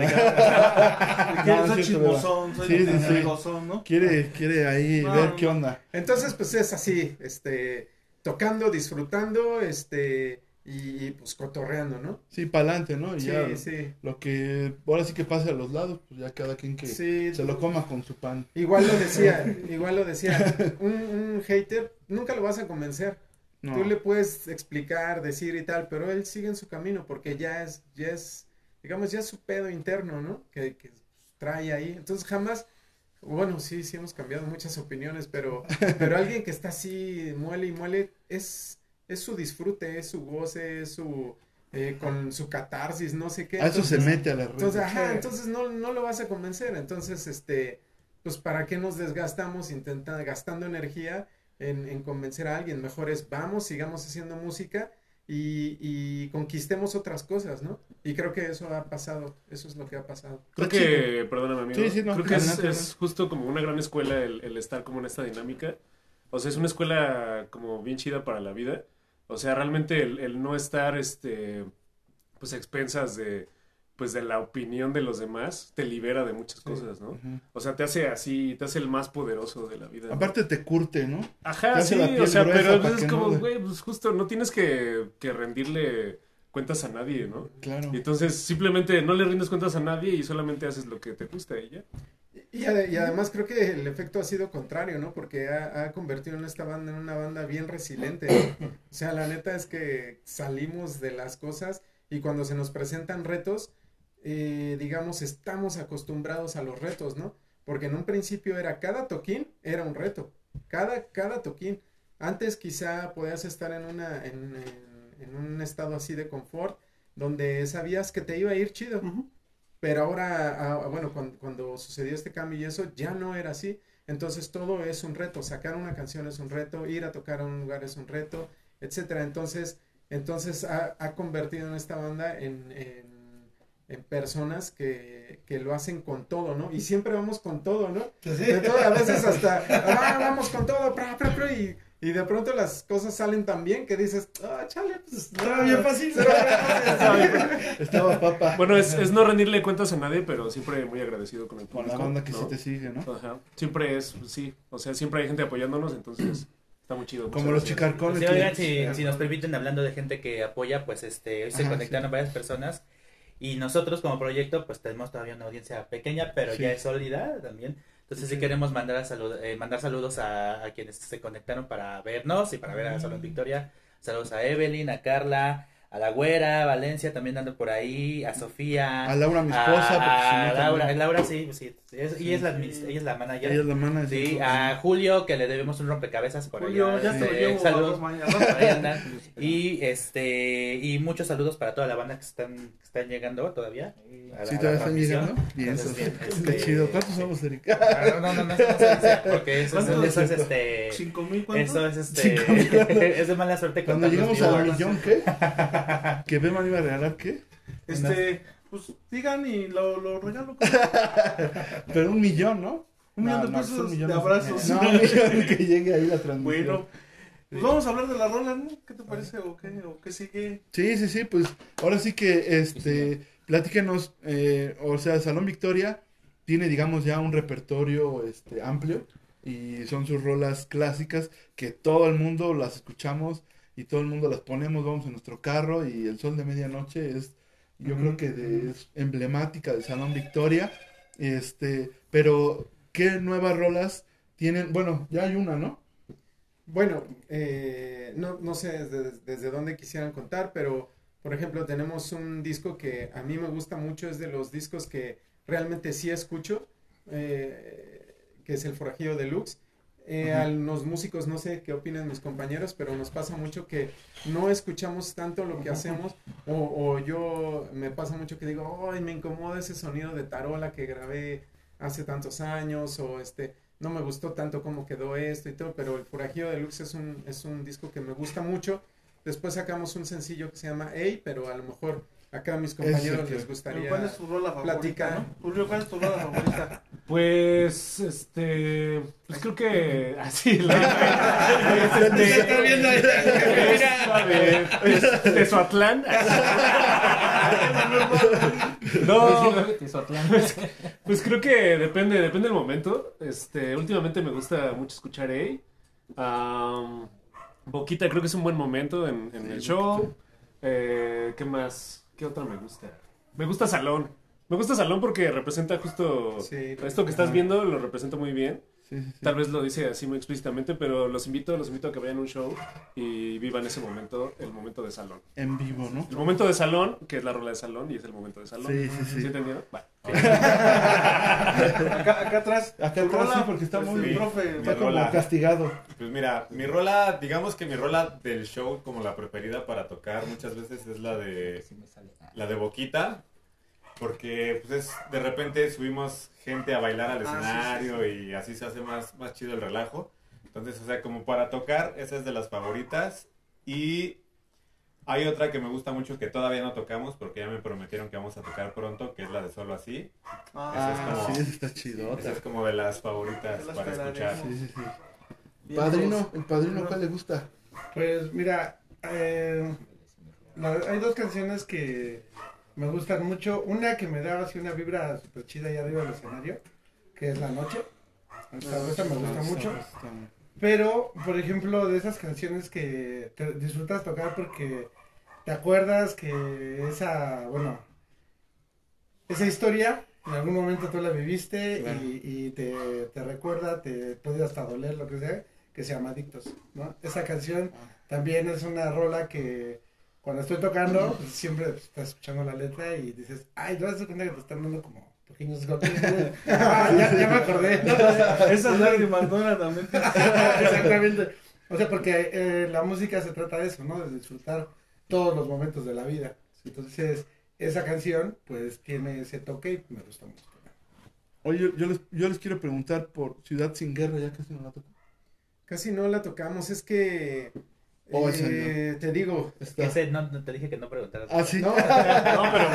Quiere No, ser es cierto, chismosón, soy Sí, sí, sí. gozón, ¿no? Quiere, quiere ahí No, ver no. qué onda. Entonces, pues es así, este, tocando, disfrutando, este, y, y, pues cotorreando, ¿no? Sí, para adelante, ¿no? Y Sí, ya sí. lo que ahora sí que pase a los lados, pues ya cada quien que Sí. se lo coma con su pan. Igual lo decía, igual lo decía, un, un hater nunca lo vas a convencer. No. Tú le puedes explicar, decir y tal, pero él sigue en su camino porque ya es, ya es, digamos, ya es su pedo interno, ¿no? Que, que trae ahí. Entonces jamás, bueno, sí, sí hemos cambiado muchas opiniones, pero, pero alguien que está así, muele y muele, es, es su disfrute, es su goce, es su, eh, con su catarsis, no sé qué. A eso se Entonces- mete a la red. Entonces, ajá, entonces no, no lo vas a convencer. Entonces, este, pues, ¿para qué nos desgastamos intentando, gastando energía en, en convencer a alguien? Mejor es, vamos, sigamos haciendo música y, y conquistemos otras cosas, ¿no? Y creo que eso ha pasado, eso es lo que ha pasado. Creo que, perdóname amigo, Sí, sí, no, creo que es, adelante, es justo como una gran escuela el, el estar como en esta dinámica. O sea, es una escuela como bien chida para la vida. O sea, realmente el, el no estar, este, pues a expensas de, pues de la opinión de los demás, te libera de muchas cosas, ¿no? Ujú. O sea, te hace así, te hace el más poderoso de la vida, ¿no? Aparte te curte, ¿no? Ajá, te hace sí, la piel o sea, gruesa pero para es que como, no- güey, pues justo, no tienes que, que rendirle cuentas a nadie, ¿no? Claro. Y entonces simplemente no le rindes cuentas a nadie y solamente haces lo que te gusta y ya. Y, ade- y además creo que el efecto ha sido contrario, ¿no? Porque ha, ha convertido en esta banda en una banda bien resiliente, ¿no? O sea, la neta es que salimos de las cosas y cuando se nos presentan retos, eh, digamos, estamos acostumbrados a los retos, ¿no? Porque en un principio era cada toquín, era un reto. Cada, cada toquín. Antes quizá podías estar en una, en, en, en un estado así de confort, donde sabías que te iba a ir chido. Pero ahora, ah, bueno, cuando, cuando sucedió este cambio y eso, ya no era así. Entonces todo es un reto. Sacar una canción es un reto, ir a tocar a un lugar es un reto, etcétera. Entonces, entonces ha, ha convertido en esta banda en, en, en personas que, que lo hacen con todo, ¿no? Y siempre vamos con todo, ¿no? Entonces, a veces hasta, ah, vamos con todo, pra, pra, pra, y, y de pronto las cosas salen tan bien que dices, ah, chale, pues Estaba bien fácil. Estaba papa. Bueno, es, es no rendirle cuentas a nadie, pero siempre muy agradecido con el Con público. la banda que ¿no? sí te sigue, ¿no? Ajá. Siempre es, sí, o sea, siempre hay gente apoyándonos, entonces está muy chido. Como muchas los gracias. chicarcones. Sí, que- oigan, si, si nos permiten, hablando de gente que apoya, pues este, hoy se Ajá, conectaron sí. varias personas y nosotros como proyecto pues tenemos todavía una audiencia pequeña, pero Sí. ya es sólida también. Entonces sí queremos mandar, a salud, eh, mandar saludos a, a quienes se conectaron para vernos y para ver a Salón Victoria. Saludos a Evelyn, a Carla, a la Güera, Valencia también ando por ahí, a Sofía. A Laura, mi esposa, porque si A, no a Laura, también- Laura sí, sí, es, y es la, administ- ella es la manager. Ella es la mana. Sí, a Julio, que le debemos un rompecabezas por Julio, allá. ya te lo este, llevo a saludos. dos mañanas. Por ahí andan. Y este y muchos saludos para toda la banda que están, que están llegando todavía. a la- ¿Sí a la todavía están transmisión. llegando? Bien, Entonces, eso. bien, Qué este- chido. ¿Cuántos somos, Eric? Ah, No, no, no, no, eso no se dice, porque eso, es- ¿Cuántos? eso es este. ¿Cinco mil cuántos? Eso es este. Cinco mil. Es de mala suerte Cuando contar los llegamos al viewers. millón, ¿qué? ¿Que Beman iba a regalar qué? Este, pues digan y lo, lo regalo. Pero un millón, ¿no? Un millón de No, no, pesos un millón de no. abrazos. No, un millón que llegue ahí la transmisión. Bueno, pues vamos a hablar de la rola, ¿no? ¿Qué te parece o qué, o qué sigue? Sí, sí, sí, pues ahora sí que, este, platíquenos, eh, o sea, Salón Victoria tiene, digamos, ya un repertorio, este, amplio y son sus rolas clásicas que todo el mundo las escuchamos y todo el mundo las ponemos, vamos en nuestro carro y El Sol de Medianoche es, yo creo que de- es emblemática del Salón Victoria, este, pero ¿qué nuevas rolas tienen? Bueno, ya hay una, ¿no? Bueno, eh, no, no sé desde, desde dónde quisieran contar, pero por ejemplo tenemos un disco que a mí me gusta mucho, es de los discos que realmente sí escucho, eh, que es el Forajillo Deluxe. Eh, Ajá. a los músicos no sé qué opinan mis compañeros, pero nos pasa mucho que no escuchamos tanto lo que hacemos, o, o yo me pasa mucho que digo, ay, me incomoda ese sonido de tarola que grabé hace tantos años, o este, no me gustó tanto cómo quedó esto y todo, pero el Forajido Deluxe es un, es un disco que me gusta mucho. Después sacamos un sencillo que se llama Ey, pero a lo mejor acá a mis compañeros que- les gustaría ¿Cuál es tu rola favorita? platicar. ¿no? Julio, ¿cuál es tu rola favorita? Pues, este, pues creo que así la Está viendo ahí. es la de, de Suatlán. No, pues creo que depende, depende del momento. Este, últimamente me gusta mucho escuchar A. Um, Boquita creo que es un buen momento en, en el show. Eh, ¿Qué más? ¿Qué otra me gusta? Me gusta Salón. Me gusta Salón porque representa justo Sí, esto que estás viendo, lo representa muy bien. Sí, sí, sí. Tal vez lo dice así muy explícitamente, pero los invito, los invito a que vayan a un show y vivan ese momento, el momento de Salón. En vivo, ¿no? El momento de Salón, que es la rola de Salón y es el momento de Salón. Sí, sí, sí. ¿Sí entendieron? Vale. Acá, acá atrás. Acá tu atrás rola, sí, porque está pues, muy- el profe. Está Mi como rola. castigado. Pues mira, mi rola, digamos que mi rola del show, como la preferida para tocar muchas veces es la de la de Boquita, porque pues es, de repente subimos gente a bailar al Ah, sí, escenario sí, y así se hace más, más chido el relajo. Entonces, o sea, como para tocar, esa es de las favoritas. Y hay otra que me gusta mucho que todavía no tocamos porque ya me prometieron que vamos a tocar pronto, que es la de Solo Así. Ah, Esa es como- sí, esa está chidota. Esa es como de las favoritas Ya las para esperaré. escuchar. Sí, sí, sí. bien, Padrino, pues. el padrino, ¿cuál le gusta? Pues mira, eh, la- hay dos canciones que me gustan mucho. Una que me da así una vibra super chida ahí arriba del escenario, que es La Noche. Esta, esta me gusta mucho. Pero, por ejemplo, de esas canciones que te disfrutas tocar porque te acuerdas que esa, bueno, esa historia en algún momento tú la viviste Claro. y, y te, te recuerda, te puede hasta doler, lo que sea, que se llama Adictos, ¿no? Esa canción también es una rola que cuando estoy tocando, pues, siempre pues, estás escuchando la letra y dices, ay, ¿no te das cuenta que te están dando como pequeños golpes? Ah, ya, ya me acordé. Esas lágrimas no también. Exactamente. O sea, porque eh, la música se trata de eso, ¿no? De disfrutar todos los momentos de la vida. Entonces, esa canción, pues, tiene ese toque y me gusta mucho. Oye, yo, yo les, yo les quiero preguntar por Ciudad Sin Guerra, ya casi no la toco. Casi no la tocamos, es que Oh, ¿en eh, serio? te digo, Está. Ese no, no te dije que no preguntaras. Ah, sí. no, No, pero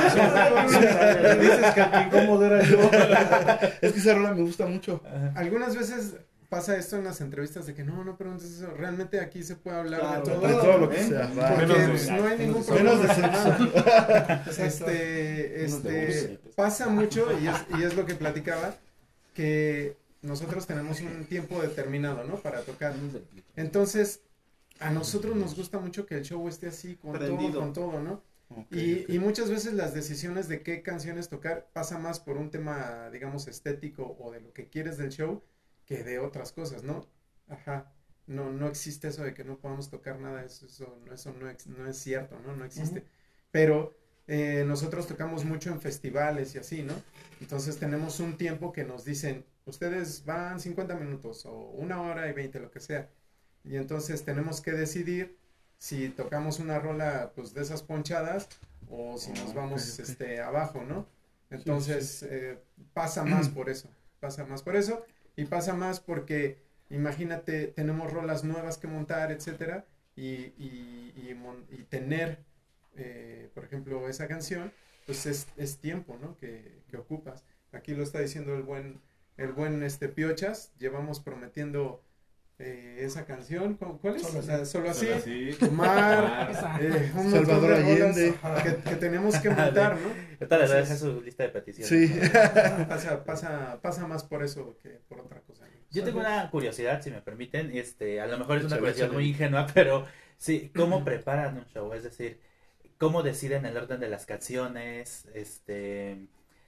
pues, Dices que el incómodo era yo. Es que esa rola me gusta mucho. algunas veces pasa esto en las entrevistas de que no, no preguntes eso, realmente aquí se puede hablar Claro, de todo. De todo lo que ¿eh? sea. va. Porque Menos de- pues, no hay ningún Menos problema. de sexo. Este, Menos de este, pasa mucho y es, y es lo que platicaba, que nosotros tenemos un tiempo determinado, ¿no? Para tocar. Entonces, a nosotros nos gusta mucho que el show esté así, con Prendido. todo, con todo, ¿no? Ok, Y, ok. y muchas veces las decisiones de qué canciones tocar pasa más por un tema, digamos, estético o de lo que quieres del show que de otras cosas, ¿no? Ajá. No, no existe eso de que no podamos tocar nada, eso, eso, no, eso no, ex- no es cierto, ¿no? No existe. Pero eh, nosotros tocamos mucho en festivales y así, ¿no? Entonces tenemos un tiempo que nos dicen, ustedes van cincuenta minutos o una hora y veinte, lo que sea. Y entonces tenemos que decidir si tocamos una rola pues de esas ponchadas o si nos Ah, vamos ok, ok. este abajo, ¿no? Entonces eh, pasa más por eso, pasa más por eso y pasa más porque imagínate, tenemos rolas nuevas que montar, etcétera, y, y, y, mon- y tener, eh, por ejemplo, esa canción, pues es, es tiempo, ¿no? Que, que ocupas. Aquí lo está diciendo el buen, el buen este Piochas, llevamos prometiendo eh, esa canción, ¿cu- ¿cuál es? Solo O sea, solo así. Solo así. Mar, eh, un montón Salvador de rolas Allende. que, que tenemos que montar, ¿no? Ahorita les voy a dejar Entonces, su lista de peticiones. Sí. pasa, pasa, pasa más por eso que por otra cosa. ¿no? Yo tengo una curiosidad, si me permiten, este, a lo mejor es una Échale, curiosidad échale. muy ingenua, pero sí, ¿cómo preparan un show? Es decir, ¿cómo deciden el orden de las canciones? Este,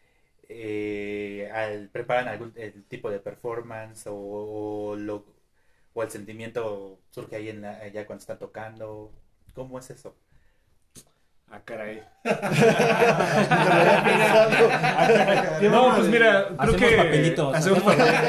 eh, al, ¿preparan algún el tipo de performance o, o lo, o el sentimiento surge ahí en la, ya cuando están tocando? ¿Cómo es eso? ah, caray. ¿Qué No, vamos pues a mira, creo Hacemos que papelitos. hacemos papelitos.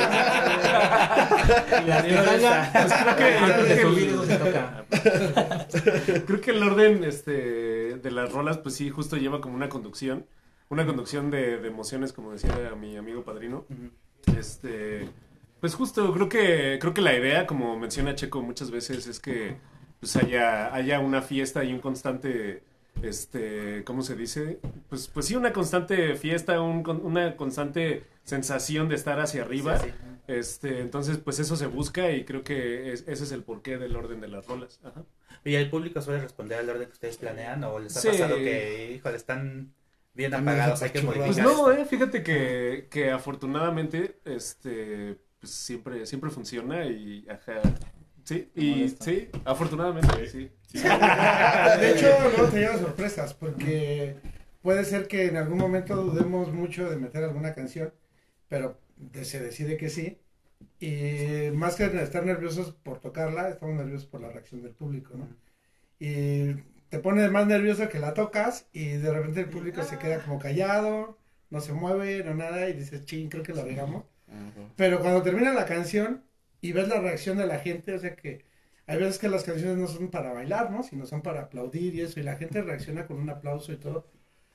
Y la Esa. Pues creo que, Antes creo de que subir, el- no se toca. creo que el orden este, de las rolas, pues sí, justo lleva como una conducción. Una conducción de, de emociones, como decía mi amigo padrino. Este, Pues justo, creo que, creo que la idea, como menciona Checo muchas veces, es que pues haya, haya una fiesta y un constante, este, ¿cómo se dice? Pues, pues sí, una constante fiesta, un, una constante sensación de estar hacia arriba. Sí, sí. Este, entonces, pues eso se busca y creo que es, ese es el porqué del orden de las rolas. Ajá. ¿Y el público suele responder al orden que ustedes planean o les ha Sí. pasado que, híjole, están bien También apagados, les hay que apachurran. Pues modificar no, esto? eh, fíjate que, que afortunadamente, este, pues siempre, siempre funciona y, ajá, sí, y sí, afortunadamente, sí. De hecho, no te llevas sorpresas, porque puede ser que en algún momento dudemos mucho de meter alguna canción, pero de- se decide que sí. Y más que estar nerviosos por tocarla, estamos nerviosos por la reacción del público, ¿no? Y te pones más nervioso que la tocas y de repente el público se queda como callado, no se mueve, no nada, y dices, ching, creo que la regamos. Pero cuando termina la canción y ves la reacción de la gente, o sea que hay veces que las canciones no son para bailar, ¿no? Sino son para aplaudir y eso, y la gente reacciona con un aplauso y todo,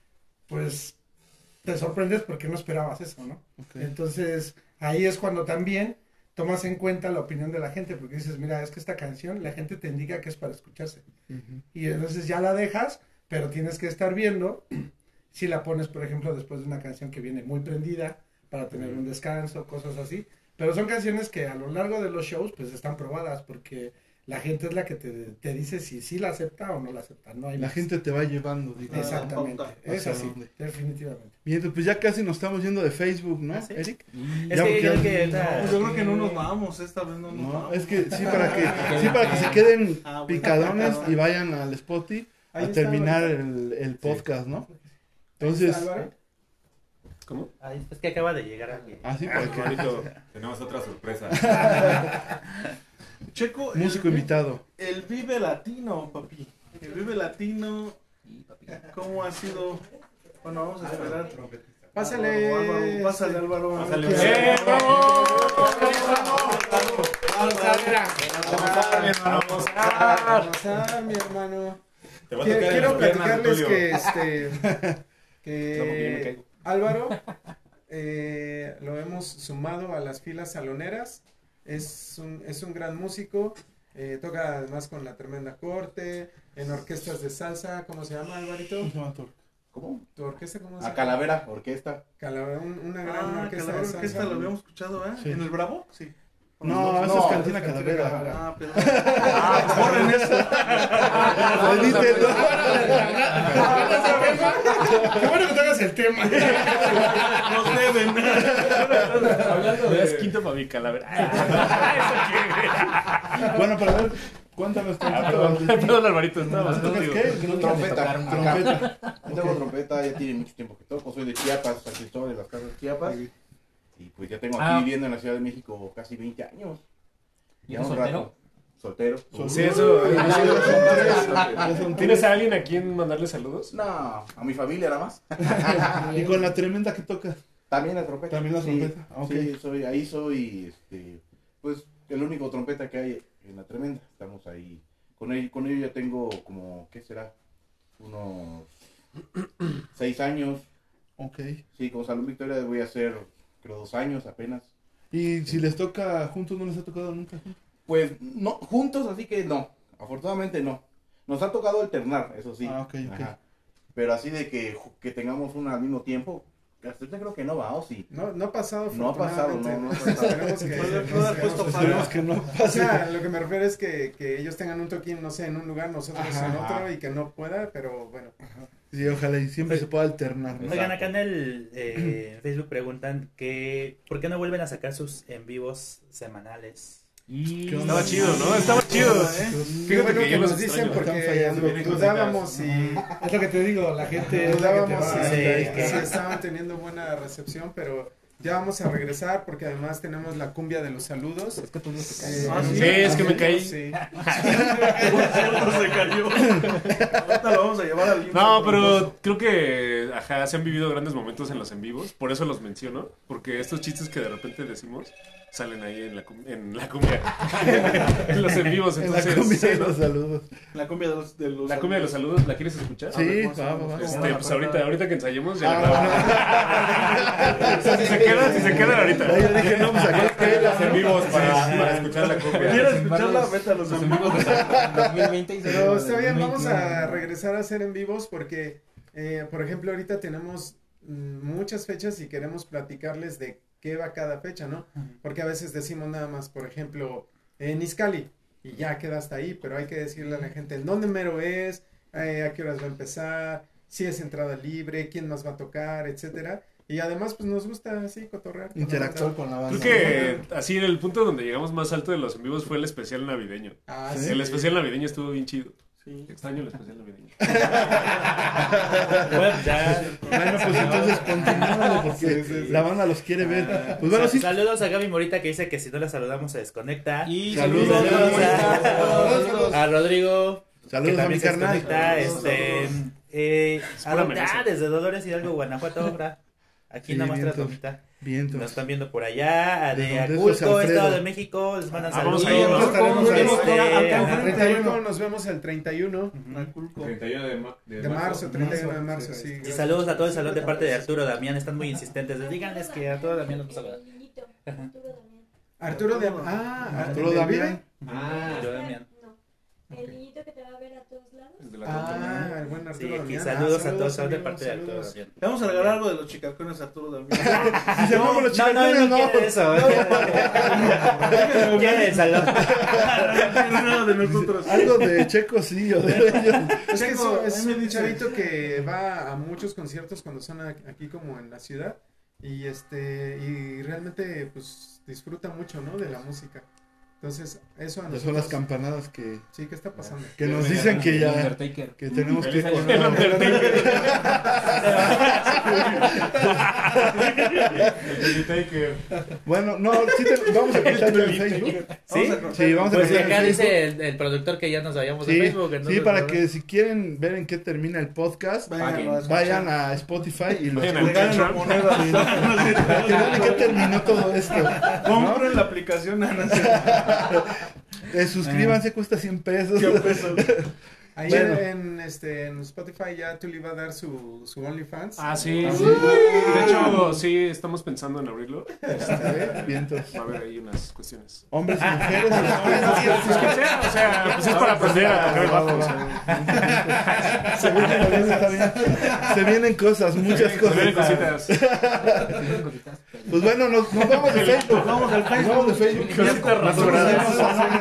pues te sorprendes porque no esperabas eso, ¿no? Ok. Entonces ahí es cuando también tomas en cuenta la opinión de la gente, porque dices, mira, es que esta canción la gente te indica que es para escucharse. Ujú. Y entonces ya la dejas, pero tienes que estar viendo si la pones, por ejemplo, después de una canción que viene muy prendida, para tener un descanso, cosas así. Pero son canciones que a lo largo de los shows, pues están probadas, porque la gente es la que te, te dice si sí la acepta o no la acepta. No hay La más. gente te va llevando, digo. Exactamente, es Hacia así, dónde. definitivamente. Bien, pues ya casi nos estamos yendo de Facebook, ¿no, ¿Ah, sí? Eric? Es Ya, que porque yo ya- creo que ahorita- Pues yo creo que no nos vamos, esta vez no nos No, vamos. es que sí para que sí para que se queden Ah, bueno. picadones y vayan al Spotify Ahí a está, terminar Álvaro. el, el podcast, ¿no? Ahí Entonces, está, Álvaro. ¿Cómo? Ay, es que acaba de llegar alguien. así para que Bonito. Tenemos otra sorpresa. Checo, músico el, invitado. el Vive Latino, papi. El Vive Latino, ¿cómo ha sido? Bueno, vamos a esperar. Pásale. Álvaro, pásale, Álvaro. Pásale. ¡Eh, bravo! Vamos a gozar, mi hermano. Te va a Quiero, tocar en quiero las piernas, platicarles Tulio. que este No, porque yo me que caigo. Álvaro eh, lo hemos sumado a las filas saloneras. Es un, es un gran músico. eh, toca además con la Tremenda Corte, en orquestas de salsa. ¿Cómo se llama, Alvarito? ¿Cómo se llama tu- ¿Cómo? ¿Tu orquesta cómo se A llama? Calavera, orquesta. Calavera, un- una gran Ah, que orquesta la de salsa. orquesta lo habíamos escuchado, ¿eh? Sí. ¿En el Bravo? Sí. No, esa es Cantina Calavera. Ah, perdón. Ah, borren eso. Edítenlo. Qué bueno que tocas el tema. Nos deben. Hablando de... Es quinto para mi calavera. Bueno, para ver, cuéntanos Ah, tantito perdón, de ti. perdón, Alvarito, estaba ¿Tocas contigo. qué? Que no te- Trompeta. Trompeta. Yo tengo trompeta, ya tiene mucho tiempo que toco. Soy de Chiapas, San Cristóbal de las Casas Chiapas. Y pues ya tengo aquí Ah. viviendo en la Ciudad de México casi veinte años. ¿Y Ya eres un soltero? rato. Soltero. Sí, eso. Ya son tres. ¿Tienes a alguien a quien mandarle saludos? No, a mi familia nada más. Y con la tremenda que tocas. También la trompeta. También la Sí, trompeta. Ah, ok. Sí, soy, ahí soy, este, pues, el único trompeta que hay en la tremenda. Estamos ahí. Con él, con ello ya tengo como, ¿qué será? Unos seis años. Ok. Sí, con Salud Victoria voy a hacer, creo, dos años apenas. Y si les toca juntos, ¿no les ha tocado nunca? Pues, no, juntos, así que no. Afortunadamente no. Nos ha tocado alternar, eso sí. Ah, ok, ok. Ajá. Pero así de que, que tengamos una al mismo tiempo, hasta ahorita creo que no va, o sí. No, no ha pasado. No ha pasado, afortunadamente. no, no ha pasado. Esperemos que- Puede- puede haber puesto Esperemos fallo. que no O pase. sea, lo que me refiero es que, que ellos tengan un toquín, no sé, en un lugar, nosotros Ajá. en otro, y que no pueda, pero bueno. Sí, ojalá y siempre se pueda alternar, ¿no? Oigan, acá en el eh, en Facebook preguntan que ¿por qué no vuelven a sacar sus en vivos semanales? Y... ¿Qué onda? Estaba chido, ¿no? Estaba chido. Qué Fíjate bueno que que yo los nos dicen extraño. porque Están fallando. du- dudábamos y Es lo que te digo, la gente es la que te dudábamos va. si, Sí. si estaban teniendo buena recepción, pero ya vamos a regresar porque además tenemos la cumbia de los saludos. Es que tú dices que Eh, Ah, Sí, es que me caí. Sí. Se cayó. Ahorita lo vamos vamos a llevar al No, pero creo que, ajá, se han vivido grandes momentos en los en vivos, por eso los menciono, porque estos chistes que de repente decimos salen ahí en la, cum- en la cumbia, en los en vivos, En la entonces, cumbia sí, de ¿no? los saludos. La cumbia de los, de los La cumbia de los saludos, ¿la quieres escuchar? Sí, vamos a va, ver, va, va. vamos a Este, ver. pues ahorita, ahorita que ensayemos ya Ah, la grabamos. O sea, si se queda, si se queda ahorita. Ya yo dije, no, pues acá Los en vivos para, para escuchar la cumbia. ¿Quieres escucharla? Vete a los Los amigos. amigos de dos mil veinte y Pero los está bien, dos mil vamos veintiuno, a ¿no? regresar a hacer en vivos porque, eh, por ejemplo, ahorita tenemos mm, muchas fechas y queremos platicarles de qué va cada fecha, ¿no? Porque a veces decimos nada más, por ejemplo, en Izcali y ya queda hasta ahí, pero hay que decirle a la gente en dónde mero es, eh, a qué horas va a empezar, si es entrada libre, quién más va a tocar, etcétera. Y además, pues nos gusta así cotorrear. con la interactuar banda. con la banda. Creo que así en el punto donde llegamos más alto de los en vivos fue el especial navideño. Ah, Sí. sí. El especial navideño estuvo bien chido. Sí. Extraño el especial navideño. Bueno, ya. Bueno, pues entonces continuamos porque Sí, sí, sí. la banda los quiere ver. Ah, Pues bueno, sa- sí. Saludos a Gaby Morita que dice que si no la saludamos se desconecta. Y Saludos. saludos, Saludos a, Saludos. a Rodrigo. que Saludos a también mi se carnal. desconecta, Saludos, este, saludos. eh, ¿a pura dónde? amenaza. Ah, desde Dolores Hidalgo, Guanajuato, ahora. Aquí Sí, nada más vientos. transmita. Vientos. Nos están viendo por allá, De de donde es Aculco, José Alfredo. Estado de México, les mandan Ah, saludos. vamos a ir, ¿no? Estaremos ahí. Este, Acá ajá. en treinta y uno nos vemos el treinta y uno Aculco. treinta y uno de, ma- de marzo, treinta y uno de marzo, sí. Y gracias. saludos a todo el salón de parte de Arturo Damián, están muy insistentes. Díganles que Arturo Damián nos va a saludar. Arturo de Ah, Arturo ¿del Damián. Vive? Ah, Arturo Damián. El niñito que te va a ver a todos lados. El de la Ah, el buen Sí, Arturo aquí Damián. saludos Ah, a todos, salón de amigos, parte de Arturo saludos. Damián. Vamos a regalar algo de los chicarcones a Arturo Damián. Dice, no, los No, no, él chicarcones no no. quiere eso. Quiere el salón. Nada de nosotros. Algo de Checo sí, o de ellos. Es que Checo, es, es a mí me un dice- chavito que va a muchos conciertos cuando son a- aquí como en la ciudad y este y realmente pues disfruta mucho, ¿no? De la música. Entonces, eso a Ya nosotros... son las campanadas que, Sí, ¿qué está pasando? que nos dicen que El ya Undertaker. que tenemos que Feliz año correr. Bueno, no, sí te- vamos a quitarlo en Facebook. ¿Sí? Sí, vamos a Pues quitarlo acá en Facebook. dice el, el productor que ya nos vayamos de Sí, Facebook. sí, entonces, para ¿no? que si quieren ver en qué termina el podcast, Vayan, Paguen. a escuchar. vayan a Spotify y lo Vayan al escuchen. Regalan la moneda. Para que vean en qué terminó todo esto. Compren la aplicación Ana. Eh, suscríbanse, cuesta cien pesos. cien pesos. Ahí Bueno. en, este, en Spotify ya Tuli va a dar su, su OnlyFans. Ah, sí. Ah, sí. sí. De hecho, sí, estamos pensando en abrirlo. ¿Eh? Vientos. Va a haber ahí unas cuestiones. Hombres y mujeres. Pues que sea, o sea, pues es para aprender a tocar el bajo. o sea. Se vienen, está bien, está bien. Se vienen cosas, muchas Se vienen cosas. cositas. Pues bueno, nos, nos vamos de Facebook. Vamos al Nos Facebook. vamos de Facebook. Cositas rasuradas.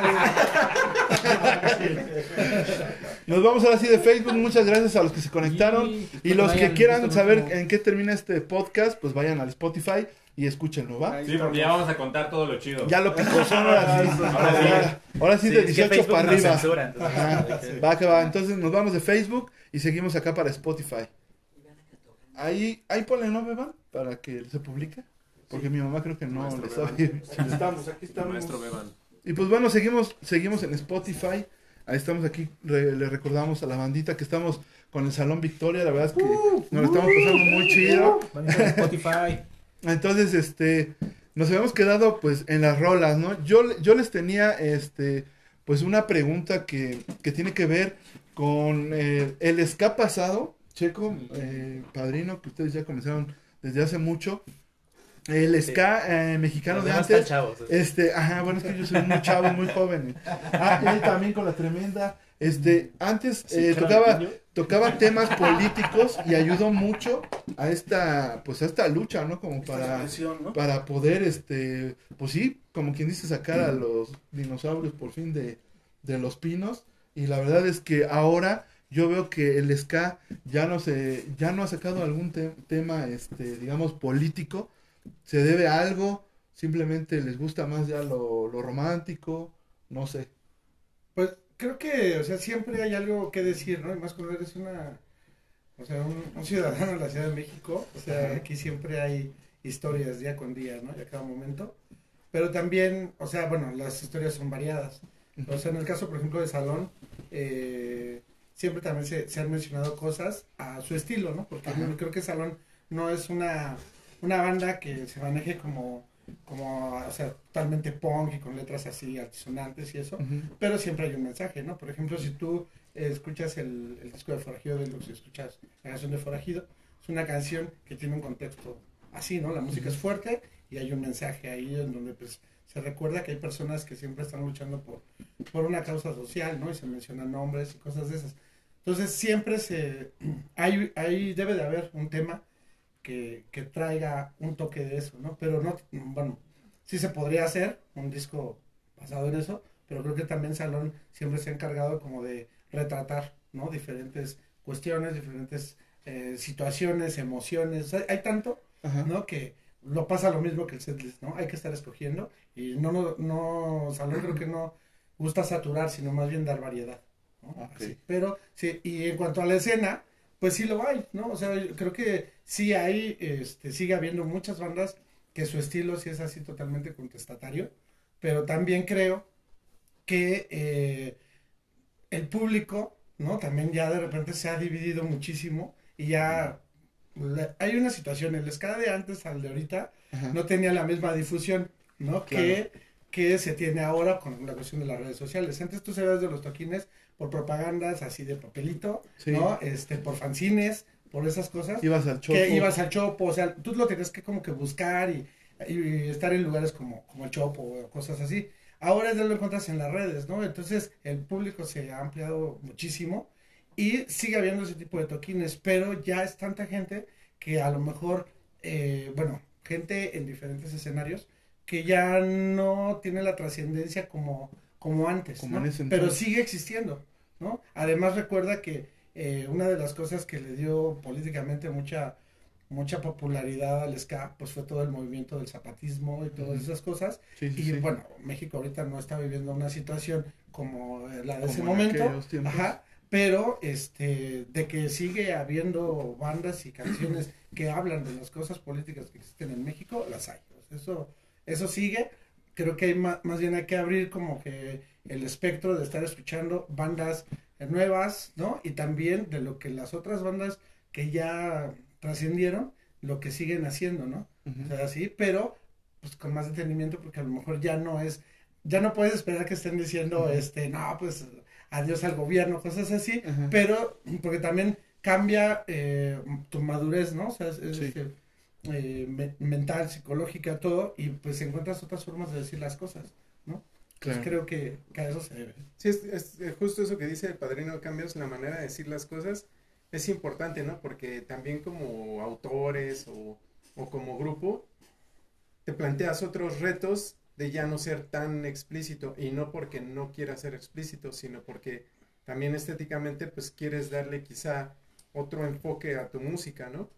Nos vamos ahora sí de Facebook. Muchas gracias a los que se conectaron. Sí, Y los que vayan, quieran esto saber último. en qué termina este podcast, pues vayan al Spotify y escúchenlo, ¿va? sí, porque ya vamos a contar todo lo chido. Ya lo picosón ahora sí. Ahora sí. Ahora, ahora sí Sí, de es que dieciocho Facebook para nos arriba. censura, entonces, Ajá. hay que- Va que va. Entonces nos vamos de Facebook y seguimos acá para Spotify. Ahí, ahí ponle, ¿no, Beban? Para que se publique. Porque mi mamá creo que no Maestro le Beban. sabe. Aquí estamos, aquí estamos. Maestro Beban. Y pues bueno, seguimos, seguimos en Spotify. Ahí estamos aquí, re- le recordamos a la bandita que estamos con el Salón Victoria. La verdad es que nos lo estamos pasando muy chido. Van a ir a Spotify. Entonces, este, nos habíamos quedado pues en las rolas, ¿no? Yo, yo les tenía, este, pues una pregunta que, que tiene que ver con eh, el ska pasado, Checo, eh, Padrino, que ustedes ya comenzaron desde hace mucho. El Sí. ska eh, mexicano Los de demás antes. están chavos. Este, ajá, bueno, es que yo soy muy chavo, muy joven. Ah, y ahí también con la tremenda. Este, antes eh, cara de tocaba, niño. tocaba temas políticos y ayudó mucho a esta, pues a esta lucha, ¿no? Como Esta para, expresión, ¿no? para poder, este, pues sí, como quien dice, sacar a los dinosaurios por fin de, de los pinos. Y la verdad es que ahora yo veo que el ska ya no se, ya no ha sacado algún te- tema, este, digamos, político. Se debe a algo, simplemente les gusta más ya lo, lo romántico, no sé. Pues creo que, o sea, siempre hay algo que decir, ¿no? Y más cuando eres una, o sea, un, un ciudadano de la Ciudad de México, o sea, aquí siempre hay historias día con día, ¿no? Y a cada momento. Pero también, o sea, bueno, las historias son variadas. O sea, en el caso, por ejemplo, de Salón, eh, siempre también se, se han mencionado cosas a su estilo, ¿no? Porque Ajá. creo que Salón no es una, una banda que se maneje como, como, o sea, totalmente punk y con letras así altisonantes y eso, Ujú. pero siempre hay un mensaje, ¿no? Por ejemplo, si tú eh, escuchas el, el disco de Forajido Deluxe, escuchas la canción de Forajido, es una canción que tiene un contexto así, ¿no? La música es fuerte y hay un mensaje ahí en donde pues se recuerda que hay personas que siempre están luchando por, por una causa social, ¿no? Y se mencionan nombres y cosas de esas. Entonces siempre se, hay, hay debe de haber un tema que, que traiga un toque de eso, ¿no? Pero no, bueno, sí se podría hacer un disco basado en eso, pero creo que también Salón siempre se ha encargado como de retratar, ¿no? Diferentes cuestiones, diferentes eh, situaciones, emociones, hay, hay tanto, Ajá. ¿no? Que lo pasa lo mismo que el setlist, ¿no? Hay que estar escogiendo y no, no, no, Salón creo que no gusta saturar, sino más bien dar variedad, ¿no? Ok. Así. Pero, sí, y en cuanto a la escena, pues sí lo hay, ¿no? O sea, yo creo que sí hay, este, sigue habiendo muchas bandas que su estilo sí es así totalmente contestatario, pero también creo que eh, el público, ¿no? También ya de repente se ha dividido muchísimo y ya la- hay una situación, el ska de antes al de ahorita Ajá. no tenía la misma difusión, ¿no? Claro. Que, que se tiene ahora con la cuestión de las redes sociales. Antes tú sabías de los toquines por propagandas así de papelito, Sí. ¿no? Este, por fanzines, por esas cosas. Ibas al Chopo. Que ibas al Chopo, o sea, tú lo tenías que como que buscar y, y estar en lugares como, como el Chopo o cosas así. Ahora ya lo encuentras en las redes, ¿no? Entonces el público se ha ampliado muchísimo y sigue habiendo ese tipo de toquines, pero ya es tanta gente que a lo mejor, eh, bueno, gente en diferentes escenarios que ya no tiene la trascendencia como, como antes, Como ¿no? en ese Pero entonces. sigue existiendo, ¿no? Además recuerda que eh, una de las cosas que le dio políticamente mucha mucha popularidad al ska, pues fue todo el movimiento del zapatismo y todas Ujú. esas cosas. Sí, sí, Y sí. bueno, México ahorita no está viviendo una situación como eh, la de Como ese en momento, aquellos tiempos. ajá, pero este, de que sigue habiendo bandas y canciones que hablan de las cosas políticas que existen en México, las hay. Pues eso, eso sigue. Creo que hay más, más bien hay que abrir como que el espectro de estar escuchando bandas eh, nuevas, ¿no? Y también de lo que las otras bandas que ya trascendieron, lo que siguen haciendo, ¿no? Ujú. O sea, sí, pero pues con más detenimiento porque a lo mejor ya no es, ya no puedes esperar que estén diciendo, Ujú. este, no, pues adiós al gobierno, cosas así, Ajá. pero porque también cambia eh, tu madurez, ¿no? O sea, es, es, Sí. este, eh, me- mental, psicológica, todo, y pues encuentras otras formas de decir las cosas, ¿no? Entonces Claro. creo que, que a eso se debe. Sí, es, es, eh, justo eso que dice el Padrino de Cambios, la manera de decir las cosas es importante, ¿no? Porque también como autores o, o como grupo, te planteas otros retos de ya no ser tan explícito, y no porque no quieras ser explícito, sino porque también estéticamente pues quieres darle quizá otro enfoque a tu música, ¿no?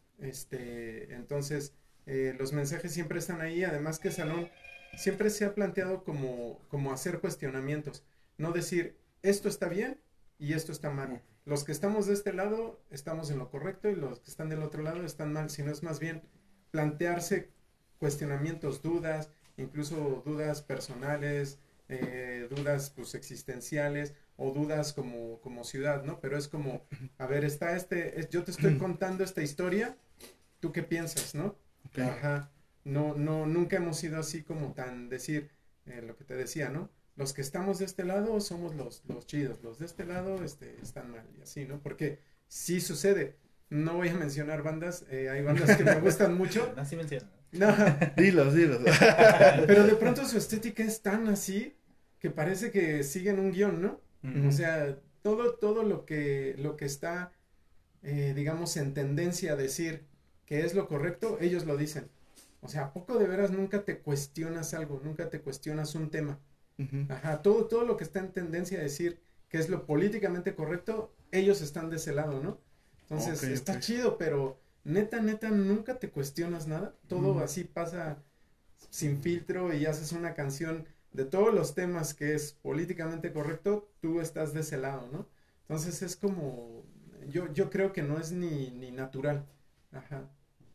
Este, entonces, eh, los mensajes siempre están ahí, además que Salón siempre se ha planteado como, como hacer cuestionamientos, no decir, esto está bien y esto está mal. Los que estamos de este lado estamos en lo correcto y los que están del otro lado están mal, sino es más bien plantearse cuestionamientos, dudas, incluso dudas personales, eh, dudas pues existenciales o dudas como, como ciudad, ¿no? Pero es como, a ver, está este, es- yo te estoy contando esta historia, ¿tú qué piensas, no? Ok. Ajá. No, no, nunca hemos sido así como tan decir eh, lo que te decía, ¿no? Los que estamos de este lado somos los, los chidos, los de este lado este, están mal y así, ¿no? Porque sí sucede. No voy a mencionar bandas, eh, hay bandas que me gustan mucho. No, sí menciona. No, Dilos, dilos. pero de pronto su estética es tan así que parece que siguen un guión, ¿no? Ujú. O sea, todo, todo lo que, lo que está, eh, digamos, en tendencia a decir que es lo correcto, ellos lo dicen. O sea, ¿a poco de veras nunca te cuestionas algo? Nunca te cuestionas un tema. Ujú. Ajá, todo, todo lo que está en tendencia a decir que es lo políticamente correcto, ellos están de ese lado, ¿no? Entonces, Ok, está ok. chido, pero neta, neta, nunca te cuestionas nada. Todo Ujú. así pasa sin filtro y haces una canción de todos los temas que es políticamente correcto, tú estás de ese lado, ¿no? Entonces es como, yo, yo creo que no es ni, ni natural. Ajá.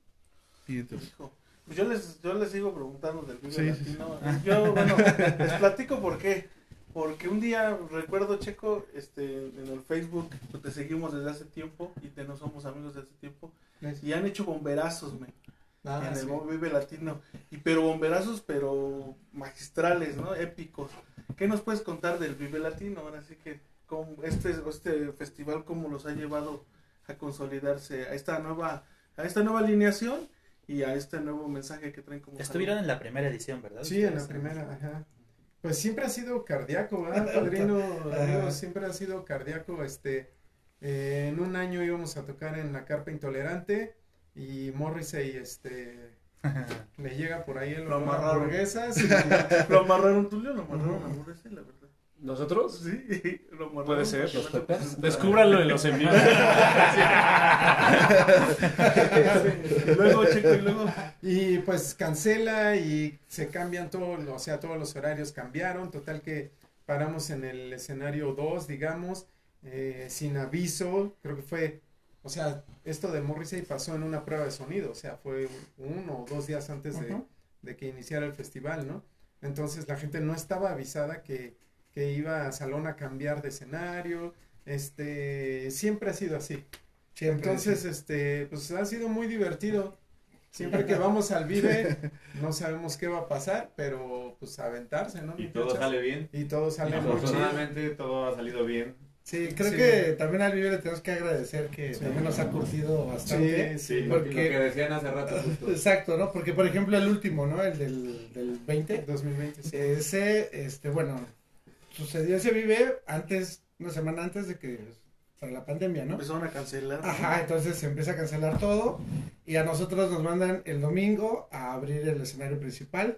Y entonces, Hijo, pues yo les, yo les sigo preguntando del Vive Sí, sí, Latino. Yo, bueno, les platico por qué. Porque un día, recuerdo, Checo, este, en el Facebook, pues te seguimos desde hace tiempo y te no somos amigos desde hace tiempo. Y han hecho bomberazos, me. Ah, en el sí. Vive Latino. Y pero bomberazos, pero magistrales, ¿no? Épicos. ¿Qué nos puedes contar del Vive Latino? Ahora sí que cómo, este, este festival, cómo los ha llevado a consolidarse a esta nueva, a esta nueva alineación y a este nuevo mensaje que traen como Estuvieron en la primera edición, ¿verdad? Sí, en la Ustedes, primera, ajá. Pues siempre ha sido cardíaco, ¿verdad, padrino? Ajá. Amigo, siempre ha sido cardíaco. Este, eh, en un año íbamos a tocar en la Carpa Intolerante y Morrissey, este, le llega por ahí el Lo olor a amarraron. hamburguesas y- Lo amarraron, Tulio, lo amarraron a Morrissey, la verdad. ¿Nosotros? Sí, lo amarraron. Puede ser. Los Peppers. Descúbranlo en los en vivo. Y luego, Checo, y luego. Y pues cancela y se cambian todos, o sea, todos los horarios cambiaron. Total que paramos en el escenario dos, digamos, eh, sin aviso. Creo que fue, o sea, esto de Morrissey pasó en una prueba de sonido, o sea, fue uno o dos días antes de, Ujú. de que iniciara el festival, ¿no? Entonces la gente no estaba avisada que, que iba a Salón a cambiar de escenario. Este, siempre ha sido así. Siempre. Entonces, este, pues ha sido muy divertido. Siempre que vamos al Vive, no sabemos qué va a pasar, pero pues aventarse, ¿no? Y todo muchachos? sale bien. Y todo Y sale muy chido. afortunadamente todo ha salido bien. Sí, creo Sí. que también al Vive le tenemos que agradecer que Sí. también nos ha curtido bastante. Sí, sí. lo, que- porque- lo que decían hace rato justo. Exacto, ¿no? Porque, por ejemplo, el último, ¿no? El del, del veinte. dos mil veinte, sí. Ese, este, bueno, sucedió ese Vive antes, una semana antes de que, para la pandemia, ¿no? Empezaron a cancelar. Ajá, entonces se empieza a cancelar todo y a nosotros nos mandan el domingo a abrir el escenario principal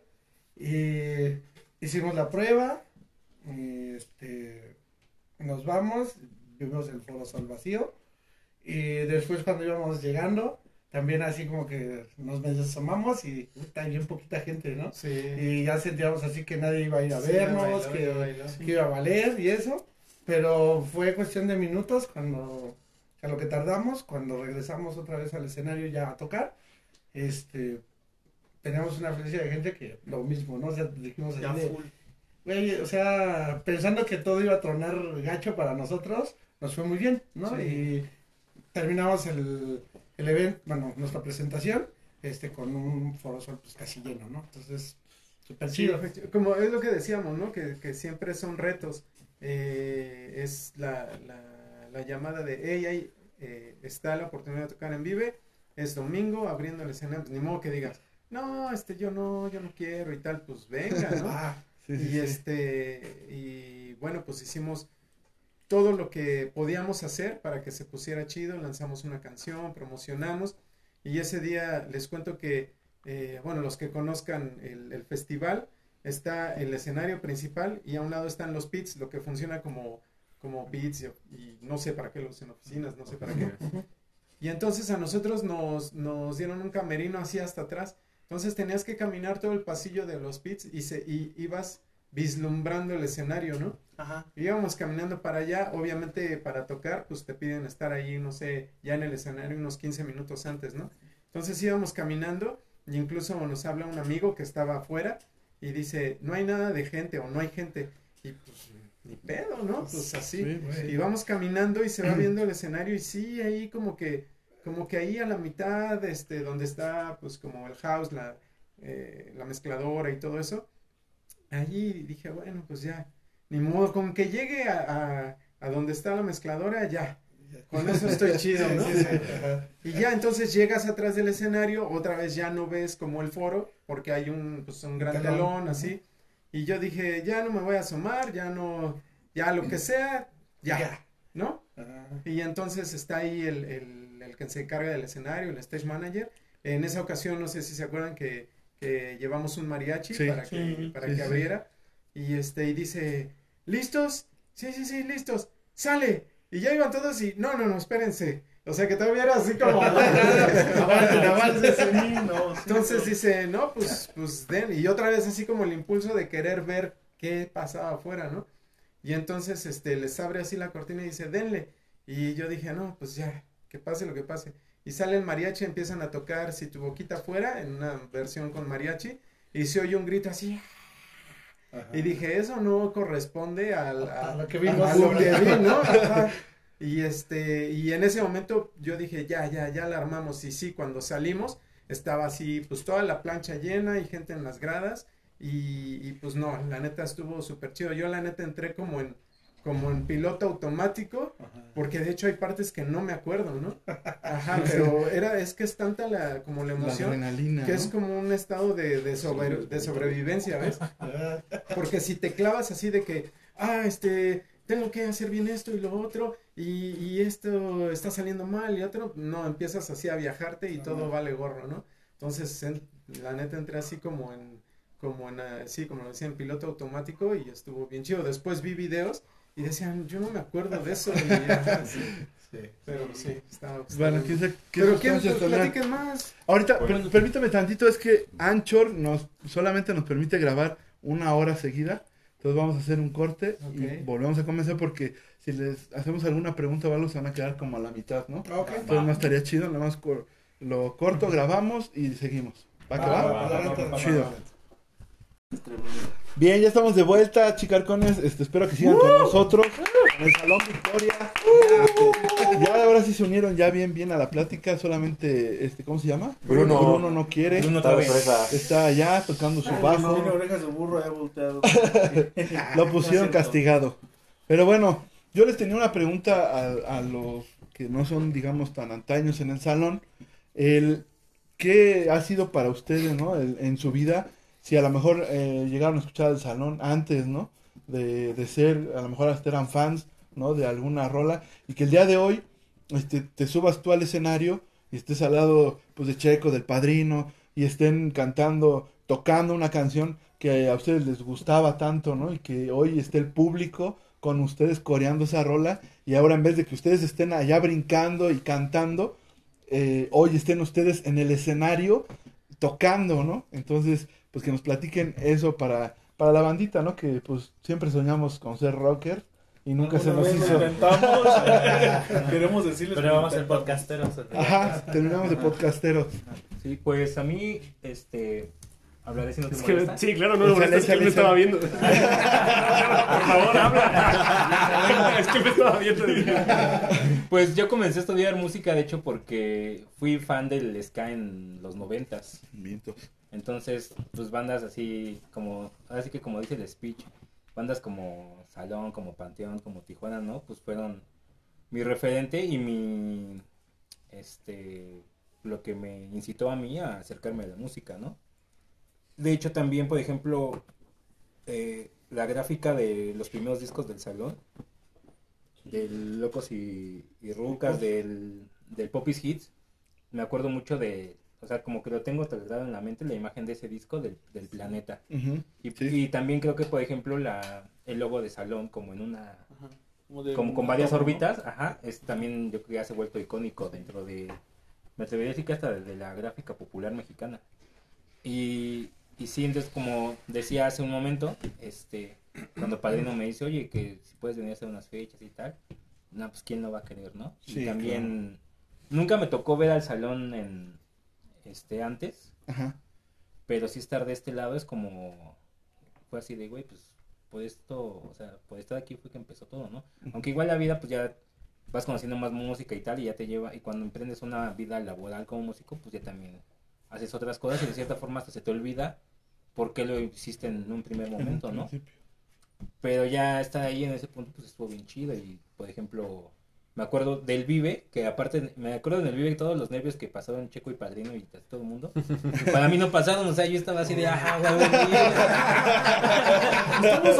y hicimos la prueba, y, este, nos vamos, vimos el Foro Sol vacío y después cuando íbamos llegando, también así como que nos medio asomamos y puta, bien poquita gente, ¿no? Sí. Y ya sentíamos así que nadie iba a ir a Sí, vernos, bailó, que, bailó. que iba a valer y eso, pero fue cuestión de minutos cuando, a lo que tardamos, cuando regresamos otra vez al escenario ya a tocar, este, teníamos una felicidad de gente que lo mismo, ¿no? O sea, dijimos Ya así de, full. güey, o sea, pensando que todo iba a tronar gacho para nosotros, nos fue muy bien, ¿no? Sí. Y terminamos el, el evento, bueno, nuestra presentación, este, con un Foro Sol pues casi lleno, ¿no? Entonces, súper Sí, chido. efectivamente. Como es lo que decíamos, ¿no? Que, que siempre son retos. Eh, es la, la, la llamada de, hey, hey, eh, está la oportunidad de tocar en Vive, es domingo, abriendo el escenario, pues ni modo que digas, no, este, yo no, yo no quiero y tal, pues venga, ¿no? Ah, Sí, sí, y sí. este, y bueno, pues hicimos todo lo que podíamos hacer para que se pusiera chido, lanzamos una canción, promocionamos, y ese día les cuento que, eh, bueno, los que conozcan el, el festival, está el escenario principal y a un lado están los pits, lo que funciona como, como pits y, y no sé para qué los en oficinas, no sé para qué. Y entonces a nosotros nos, nos dieron un camerino así hasta atrás, entonces tenías que caminar todo el pasillo de los pits y, se, y ibas vislumbrando el escenario, ¿no? Ajá. Íbamos caminando para allá, obviamente para tocar, pues te piden estar ahí, no sé, ya en el escenario unos quince minutos antes, ¿no? Entonces íbamos caminando y incluso nos habla un amigo que estaba afuera y dice, no hay nada de gente o no hay gente. Y pues ni pedo, ¿no? Pues así. Sí, güey. Y vamos caminando y se va viendo el escenario y sí, ahí como que, como que ahí a la mitad, este, donde está pues como el house, la, eh, la mezcladora y todo eso, allí dije, bueno, pues ya, ni modo, con que llegue a, a, a donde está la mezcladora, ya, con eso estoy chido, ¿no? Sí, sí, ajá. Y ya, entonces llegas atrás del escenario, otra vez ya no ves como el foro, porque hay un, pues, un gran Telón. telón, así, y yo dije, ya no me voy a asomar, ya no, ya lo que sea, ya, Ya. ¿no? Ajá. Y entonces está ahí el, el, el que se encarga del escenario, el stage manager. En esa ocasión, no sé si se acuerdan que, que llevamos un mariachi Sí. para que, Sí, para sí, que sí. abriera. Y este, y dice, ¿listos? Sí, sí, sí, listos. ¡Sale! Y ya iban todos y, no, no, no, espérense. O sea que todavía era así como... Avancen, avancen en mí, no. sí, Entonces no. dice, no, pues, pues den. Y otra vez así como el impulso de querer ver qué pasaba afuera, ¿no? Y entonces este les abre así la cortina y dice, denle. Y yo dije, no, pues ya, que pase lo que pase. Y sale el mariachi, empiezan a tocar Si tu boquita fuera, en una versión con mariachi, y se oye un grito así. Ajá. Y dije, eso no corresponde al, a, A lo que vimos. a lo que vi, ¿no? Ajá. Y este, y en ese momento yo dije, ya, ya, ya la armamos. Y sí, cuando salimos, estaba así, pues toda la plancha llena y gente en las gradas. Y, y pues no, la neta estuvo súper chido. Yo la neta entré como en, como en piloto automático, porque de hecho hay partes que no me acuerdo, ¿no? Ajá, pero era, es que es tanta la, como la La emoción, adrenalina, que ¿no? es como un estado de, de, sobre, de sobrevivencia, ¿ves? Porque si te clavas así de que, ah, este, tengo que hacer bien esto y lo otro, y, y esto está saliendo mal y otro, no, empiezas así a viajarte y todo vale gorro, ¿no? Entonces, en, la neta entré así como en, como en, sí, como lo decía, en piloto automático y estuvo bien chido. Después vi videos y decían, yo no me acuerdo de eso. Y, ajá, sí. Sí. Pero sí, estaba... Bueno, estaba quién sabe qué Pero quién sustancias nos tendrán. platiquen más. Ahorita, Bueno. per- permítame tantito, es que Anchor nos solamente nos permite grabar una hora seguida. Entonces vamos a hacer un corte Ok. y volvemos a comenzar porque si les hacemos alguna pregunta o algo se van a quedar como a la mitad, ¿no? Ok. Entonces no estaría chido, nada más cor- lo corto, grabamos y seguimos. ¿Va que Va, va? va, adelante, va, Chido. va, va. Bien, ya estamos de vuelta, chicarcones. Este, espero que sigan con nosotros en el Salón Victoria. Este, ya ahora sí se unieron ya bien, bien a la plática. Solamente, este, ¿cómo se llama? Bruno. Bruno no quiere. Bruno otra vez. Está allá tocando su Tiene bajo. orejas de burro, ya volteado. Lo pusieron No es cierto. castigado. Pero bueno, yo les tenía una pregunta a, a los que no son, digamos, tan antaños en el salón. El, ¿qué ha sido para ustedes, ¿no? El- en su vida? Si a lo mejor eh, llegaron a escuchar el salón antes, ¿no? De, de ser, a lo mejor hasta eran fans, ¿no? De alguna rola. Y que el día de hoy este, te subas tú al escenario y estés al lado, pues, de Checo, del Padrino, y estén cantando, tocando una canción que a ustedes les gustaba tanto, ¿no? Y que hoy esté el público con ustedes coreando esa rola. Y ahora en vez de que ustedes estén allá brincando y cantando, eh, hoy estén ustedes en el escenario tocando, ¿no? Entonces, pues que nos platiquen eso para, para la bandita, ¿no? Que pues siempre soñamos con ser rocker y nunca se Alguna nos vez lo hizo. intentamos. Queremos decirles Pero que vamos a ser intentamos. podcasteros. Ajá, terminamos de podcasteros. Sí, pues a mí, este, hablaré si no te Es que, molesta. sí, claro, no me Échale, molesta, es que él me échale, estaba viendo. Por favor, habla. Es que él me estaba viendo. Pues yo comencé a estudiar música, de hecho, porque fui fan del ska en los noventas. Miento. Entonces, pues bandas así como, así que como dice el speech, bandas como Salón, como Panteón, como Tijuana, ¿no? Pues fueron mi referente y mi, este, lo que me incitó a mí a acercarme a la música, ¿no? De hecho, también, por ejemplo, eh, la gráfica de los primeros discos del Salón, del Locos y, y Rucas, del, del Popis Hits, me acuerdo mucho de, o sea, como que lo tengo tratado en la mente, la imagen de ese disco del, del planeta. Ujú, Y, sí. y también creo que, por ejemplo, la, el logo de Salón, como en una, Ajá. Como, de- como con varias ¿no? órbitas, ajá, es también, yo creo que ya se ha vuelto icónico dentro de, me atrevería a decir que hasta de, de la gráfica popular mexicana. Y, y sí, entonces, como decía hace un momento, este, cuando Padrino me dice, oye, que si puedes venir a hacer unas fechas y tal, no, pues quién no va a querer, ¿no? Sí, y también, nunca me tocó ver al Salón en, este, antes, Ajá. pero sí estar de este lado es como, fue así de, güey, pues, por esto, o sea, por estar aquí fue que empezó todo, ¿no? Aunque igual la vida, pues ya vas conociendo más música y tal, y ya te lleva, y cuando emprendes una vida laboral como músico, pues ya también haces otras cosas y de cierta forma hasta se te olvida por qué lo hiciste en un primer momento, En ¿no? principio. Pero ya estar ahí en ese punto, pues estuvo bien chido. Y, por ejemplo, me acuerdo del Vive, que aparte, me acuerdo en el Vive todos los nervios que pasaron Checo y Padrino y todo el mundo. Para mí no pasaron, o sea, yo estaba así de, ajá, güey, güey, Estamos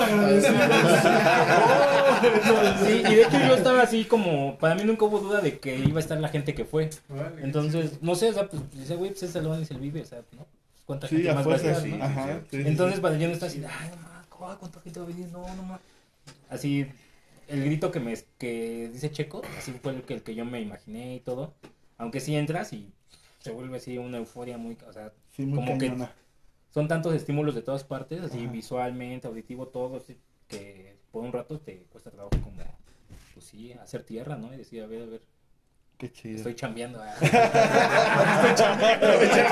agradecidos. sí, y de hecho yo estaba así como, para mí nunca hubo duda de que iba a estar la gente que fue. Vale. Entonces, no sé, o sea, pues dice, güey, pues es Salón y es el Vive, o sea, ¿no? Pues, ¿cuánta Sí, gente a más va a fuerza, estar, sí. no? Ajá. sí, sí, Entonces, sí. para yo no está así, ay, no mames, ¿cuánta gente va a venir? No, no mames. Así, el grito que me que dice Checo, así fue el que, el que yo me imaginé y todo. Aunque sí entras y se vuelve así una euforia muy, o sea, Sí, muy como que cañona. son tantos estímulos de todas partes, así Ajá. visualmente, auditivo, todo, así, que por un rato te cuesta trabajo como, pues sí, hacer tierra, ¿no? Y decir, a ver, a ver, Qué chido. Estoy chambeando. ¿eh? Estoy chambeando. Estoy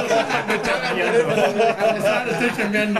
chambeando. Estoy chambeando.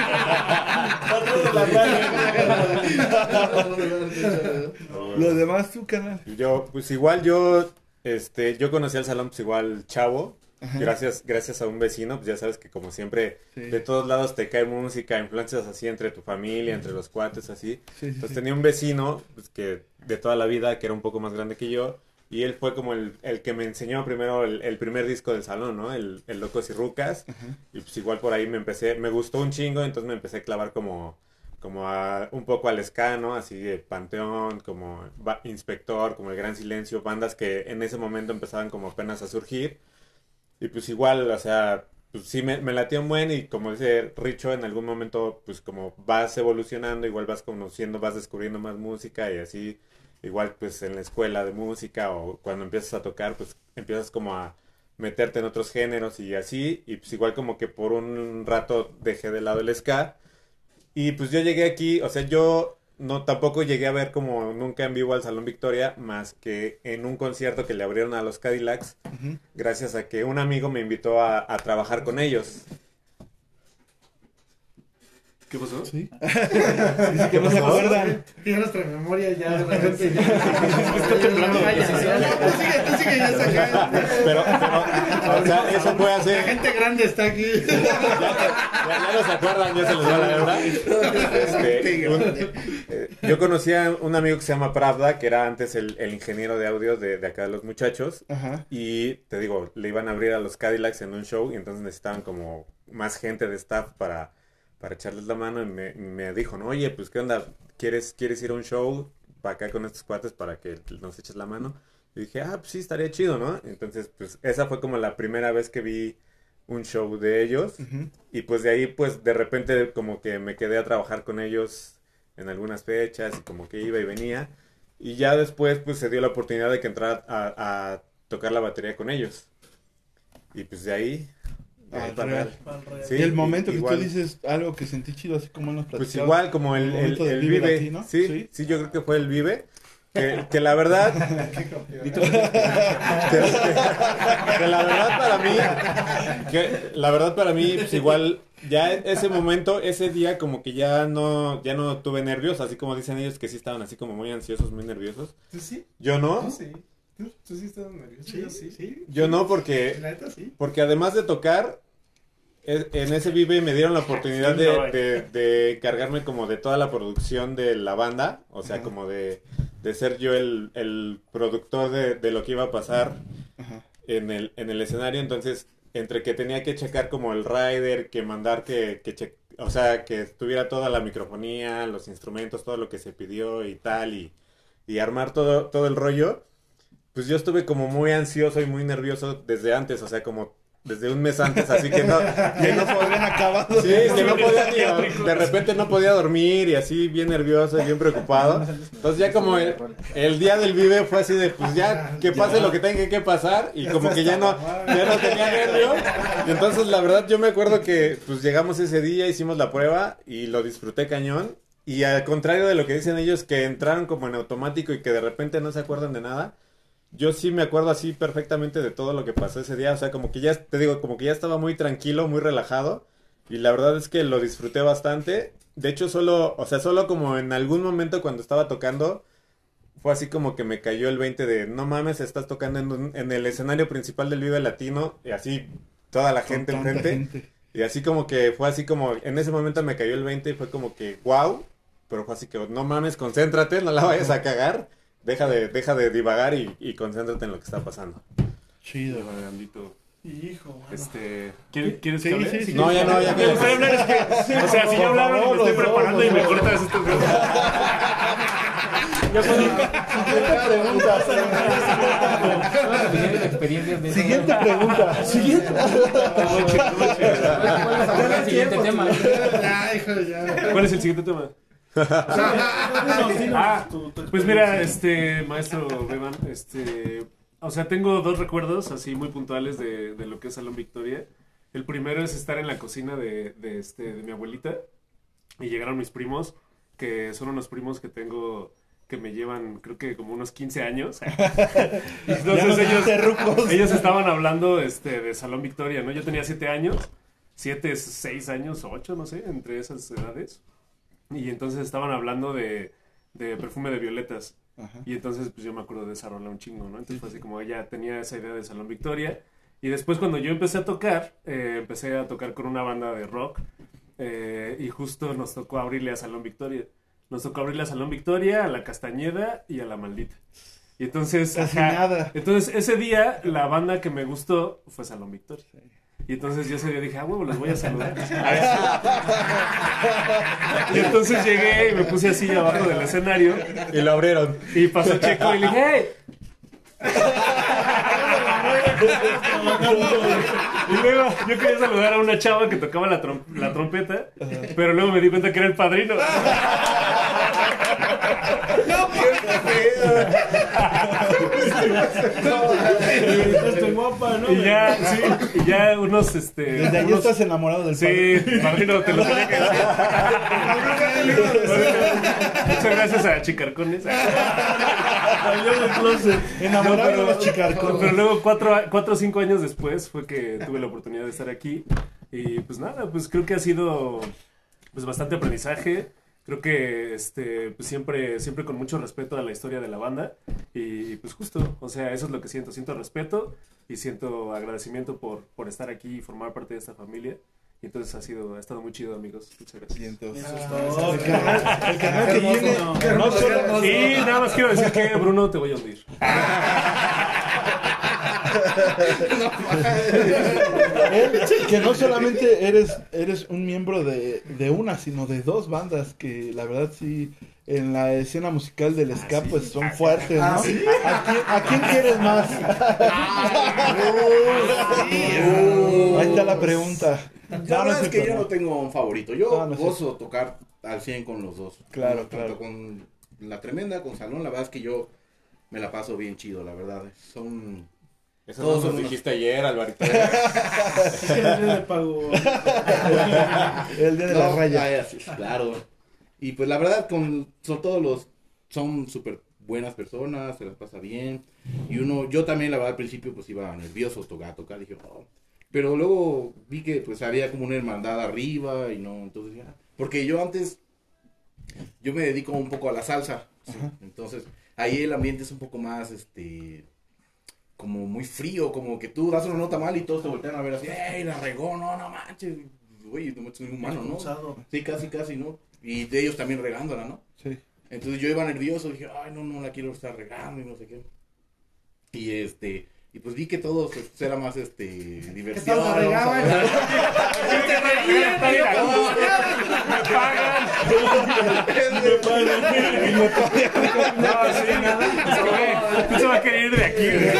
Los demás, tú, canal. Yo, pues igual yo, este, yo conocí al salón, pues igual chavo, Ajá. gracias, gracias a un vecino, pues ya sabes que como siempre, Sí. de todos lados te cae música, influencias así entre tu familia, entre los cuates, así. Sí, sí, Entonces sí. tenía un vecino, pues que de toda la vida, que era un poco más grande que yo, y él fue como el, el que me enseñó primero el, el primer disco del salón, ¿no? El, el Locos y Rucas, Ajá. y pues igual por ahí me empecé, me gustó un chingo, entonces me empecé a clavar como, como a, un poco al ska, ¿no? Así de Panteón, como Ba- Inspector, como El Gran Silencio, bandas que en ese momento empezaban como apenas a surgir, y pues igual, o sea, pues sí me, me latió un buen, y como dice Richo, en algún momento, pues como vas evolucionando, igual vas conociendo, vas descubriendo más música, y así, igual pues en la escuela de música, o cuando empiezas a tocar, pues empiezas como a meterte en otros géneros y así, y pues igual como que por un rato dejé de lado el ska, y pues yo llegué aquí, o sea, yo no tampoco llegué a ver como nunca en vivo al Salón Victoria, más que en un concierto que le abrieron a los Cadillacs, Ujú. gracias a que un amigo me invitó a, a trabajar con ellos. ¿Qué pasó? Sí. Dice que no se acuerdan. Ya nuestra memoria ya de repente ya. Está temblando. Ya, ya, ya, tú sigue, tú sigue, ya saca. Pero, pero, o sea, eso fue hace... La gente grande está aquí. Ya, ya- ya no se acuerdan, ya se les va la verdad. Este, un- eh, yo conocí a un amigo que se llama Pravda, que era antes el, el ingeniero de audio de, de acá de los muchachos. Ajá. Y te digo, le iban a abrir a los Cadillacs en un show, y entonces necesitaban como más gente de staff para, para echarles la mano. Y me, me dijo, no, oye, pues qué onda, ¿quieres, quieres ir a un show para acá con estos cuates para que nos eches la mano? Y dije, ah, pues sí, estaría chido, ¿no? Entonces, pues esa fue como la primera vez que vi un show de ellos. Ujú. Y pues de ahí, pues de repente como que me quedé a trabajar con ellos en algunas fechas, y como que iba y venía. Y ya después, pues se dio la oportunidad de que entrara a, a tocar la batería con ellos. Y pues de ahí... de ahí Al para real. real. Sí, y el momento que igual. tú dices algo que sentí chido, así como él nos Pues platicaba. igual como el, el el, momento del el Vive Vive, Latino, sí, ¿sí? sí, yo creo que fue el Vive, que, que la verdad, que, que- que la verdad para mí, que la verdad para mí, pues igual, ya ese momento, ese día como que ya no, ya no tuve nervios, así como dicen ellos que sí estaban así como muy ansiosos, muy nerviosos. ¿Tú sí? Yo no, Tú sí. ¿Tú, tú sí estabas nervioso? Sí, Yo sí, sí. yo no porque, La neta sí. porque además de tocar, es- en ese Vive me dieron la oportunidad Sí, de, no, de, de encargarme como de toda la producción de la banda, o sea, Ajá. como de, de ser yo el, el productor de, de lo que iba a pasar Ajá. en el, en el escenario. Entonces, entre que tenía que checar como el rider, que mandar que, que che- o sea, que tuviera toda la microfonía, los instrumentos, todo lo que se pidió y tal, y, y armar todo, todo el rollo, pues yo estuve como muy ansioso y muy nervioso desde antes, o sea, como desde un mes antes, así que no, que no podían acabar. Sí, que no podía ni, de repente no podía dormir y así bien nervioso y bien preocupado. Entonces ya como el, el día del Vive fue así de, pues ya que pase lo que tenga que pasar, y como que ya no, ya no tenía nervio. Y entonces la verdad yo me acuerdo que pues llegamos ese día, hicimos la prueba y lo disfruté cañón. Y al contrario de lo que dicen ellos, que entraron como en automático y que de repente no se acuerdan de nada, yo sí me acuerdo así perfectamente de todo lo que pasó ese día. O sea, como que ya, te digo, como que ya estaba muy tranquilo, muy relajado. Y la verdad es que lo disfruté bastante. De hecho, solo, o sea, solo como en algún momento cuando estaba tocando, fue así como que me cayó el veinte de, no mames, estás tocando en, un- en el escenario principal del Vive Latino, y así toda la Con gente tanta enfrente. gente. Y así como que fue así como, en ese momento me cayó el veinte y fue como que, wow. Pero fue así que, no mames, concéntrate, no la vayas a cagar. Deja de, deja de divagar y, y concéntrate en lo que está pasando. Chido. Gandito. Hijo, mano. Este, ¿quieres, ¿quieres Sí, que hable? sí, sí. No, ya no, ya Me gustaría hablar, es que, o sea, si ya hablaron y me estoy preparando y me cortas esto. Ya Siguiente pregunta. Siguiente pregunta. Siguiente. ¿Cuál es el siguiente tema? Ya, hijo, ya. ¿Cuál es el siguiente tema? Ah, pues mira, este, maestro Beban, este, o sea, tengo dos recuerdos así muy puntuales de, de lo que es Salón Victoria. El primero es estar en la cocina de, de, este, de mi abuelita, y llegaron mis primos, que son unos primos que tengo que me llevan, creo que como unos quince años. Ya Entonces no ellos, te rucos. ellos estaban hablando este, de Salón Victoria, ¿no? Yo tenía siete años, siete, seis años, ocho, no sé, entre esas edades. Y entonces estaban hablando de, de Perfume de Violetas. Ajá. Y entonces pues yo me acuerdo de esa rola un chingo, ¿no? Entonces fue así como ella tenía esa idea de Salón Victoria. Y después cuando yo empecé a tocar, eh, empecé a tocar con una banda de rock. Eh, y justo nos tocó abrirle a Salón Victoria. Nos tocó abrirle a Salón Victoria, a La Castañeda y a La Maldita. Y entonces... Casi ajá, nada. entonces ese día la banda que me gustó fue Salón Victoria. Y entonces yo ese día dije, ah, huevo, los voy a saludar. Y entonces llegué y me puse así abajo del escenario. Y lo abrieron. Y pasó Checo y le dije, ¡hey! Y luego yo quería saludar a una chava que tocaba la, trom- la trompeta, pero luego me di cuenta que era el padrino. Estoy guapa, ¿no? Y ya, sí, y ya unos, este... Desde ahí unos- estás enamorado del Sí, padre. padrino, te lo tenía que decir. Muchas gracias a Chicarcones. Salió del closet. Enamorado No, pero- de los chicarcones. Pero luego, cuatro, cuatro o cinco años después, fue que tuve la oportunidad de estar aquí. Y pues nada, pues creo que ha sido pues bastante aprendizaje. Creo que este pues siempre, siempre con mucho respeto a la historia de la banda. Y pues justo, o sea, eso es lo que siento. Siento respeto y siento agradecimiento por, por estar aquí y formar parte de esta familia. Y entonces ha sido, ha estado muy chido, amigos. Muchas gracias. Y entonces, Eso es todo. el canal, el canal que Hermoso, tiene, no. no solo- Y nada más quiero decir que, Bruno, te voy a hundir. Él, que no solamente eres, eres un miembro de, de una, sino de dos bandas que la verdad sí, en la escena musical del ska, pues son fuertes, ¿no? ¿A, quién, ¿A quién quieres más? Ahí está la pregunta. La No, no verdad es es que cierto, yo no. no tengo un favorito. Yo No, no es gozo tocar al cien con los dos. Claro, Tanto claro. con La Tremenda, con Salón, la verdad es que yo me la paso bien chido, la verdad. Son... Eso Todos no nos son unos- dijiste ayer, Alvarito. Es que el día de pago. El día de la No, raya. ay, así, claro. Y pues la verdad, con, son todos los, son súper buenas personas, se las pasa bien. Y uno, yo también la verdad al principio pues iba nervioso tocar, tocar, dije, oh. Pero luego vi que pues había como una hermandad arriba y no, entonces ya. Porque yo antes, yo me dedico un poco a la salsa. ¿sí? Entonces, ahí el ambiente es un poco más, este... como muy frío, como que tú das una nota mal y todos te voltean a ver así, ¡ey, la regó! No, no manches, güey, no soy humano, ¿no? Expulsado. Sí, casi, casi, ¿no? Y de ellos también regándola, ¿no? Sí. Entonces yo iba nervioso, dije, ay, no, no la quiero estar regando y no sé qué. Y este, y pues vi que todos pues, era más, este, diversión. todos la regaban. No, sí, nada. Es que, güey, tú se va a querer ir de aquí, güey.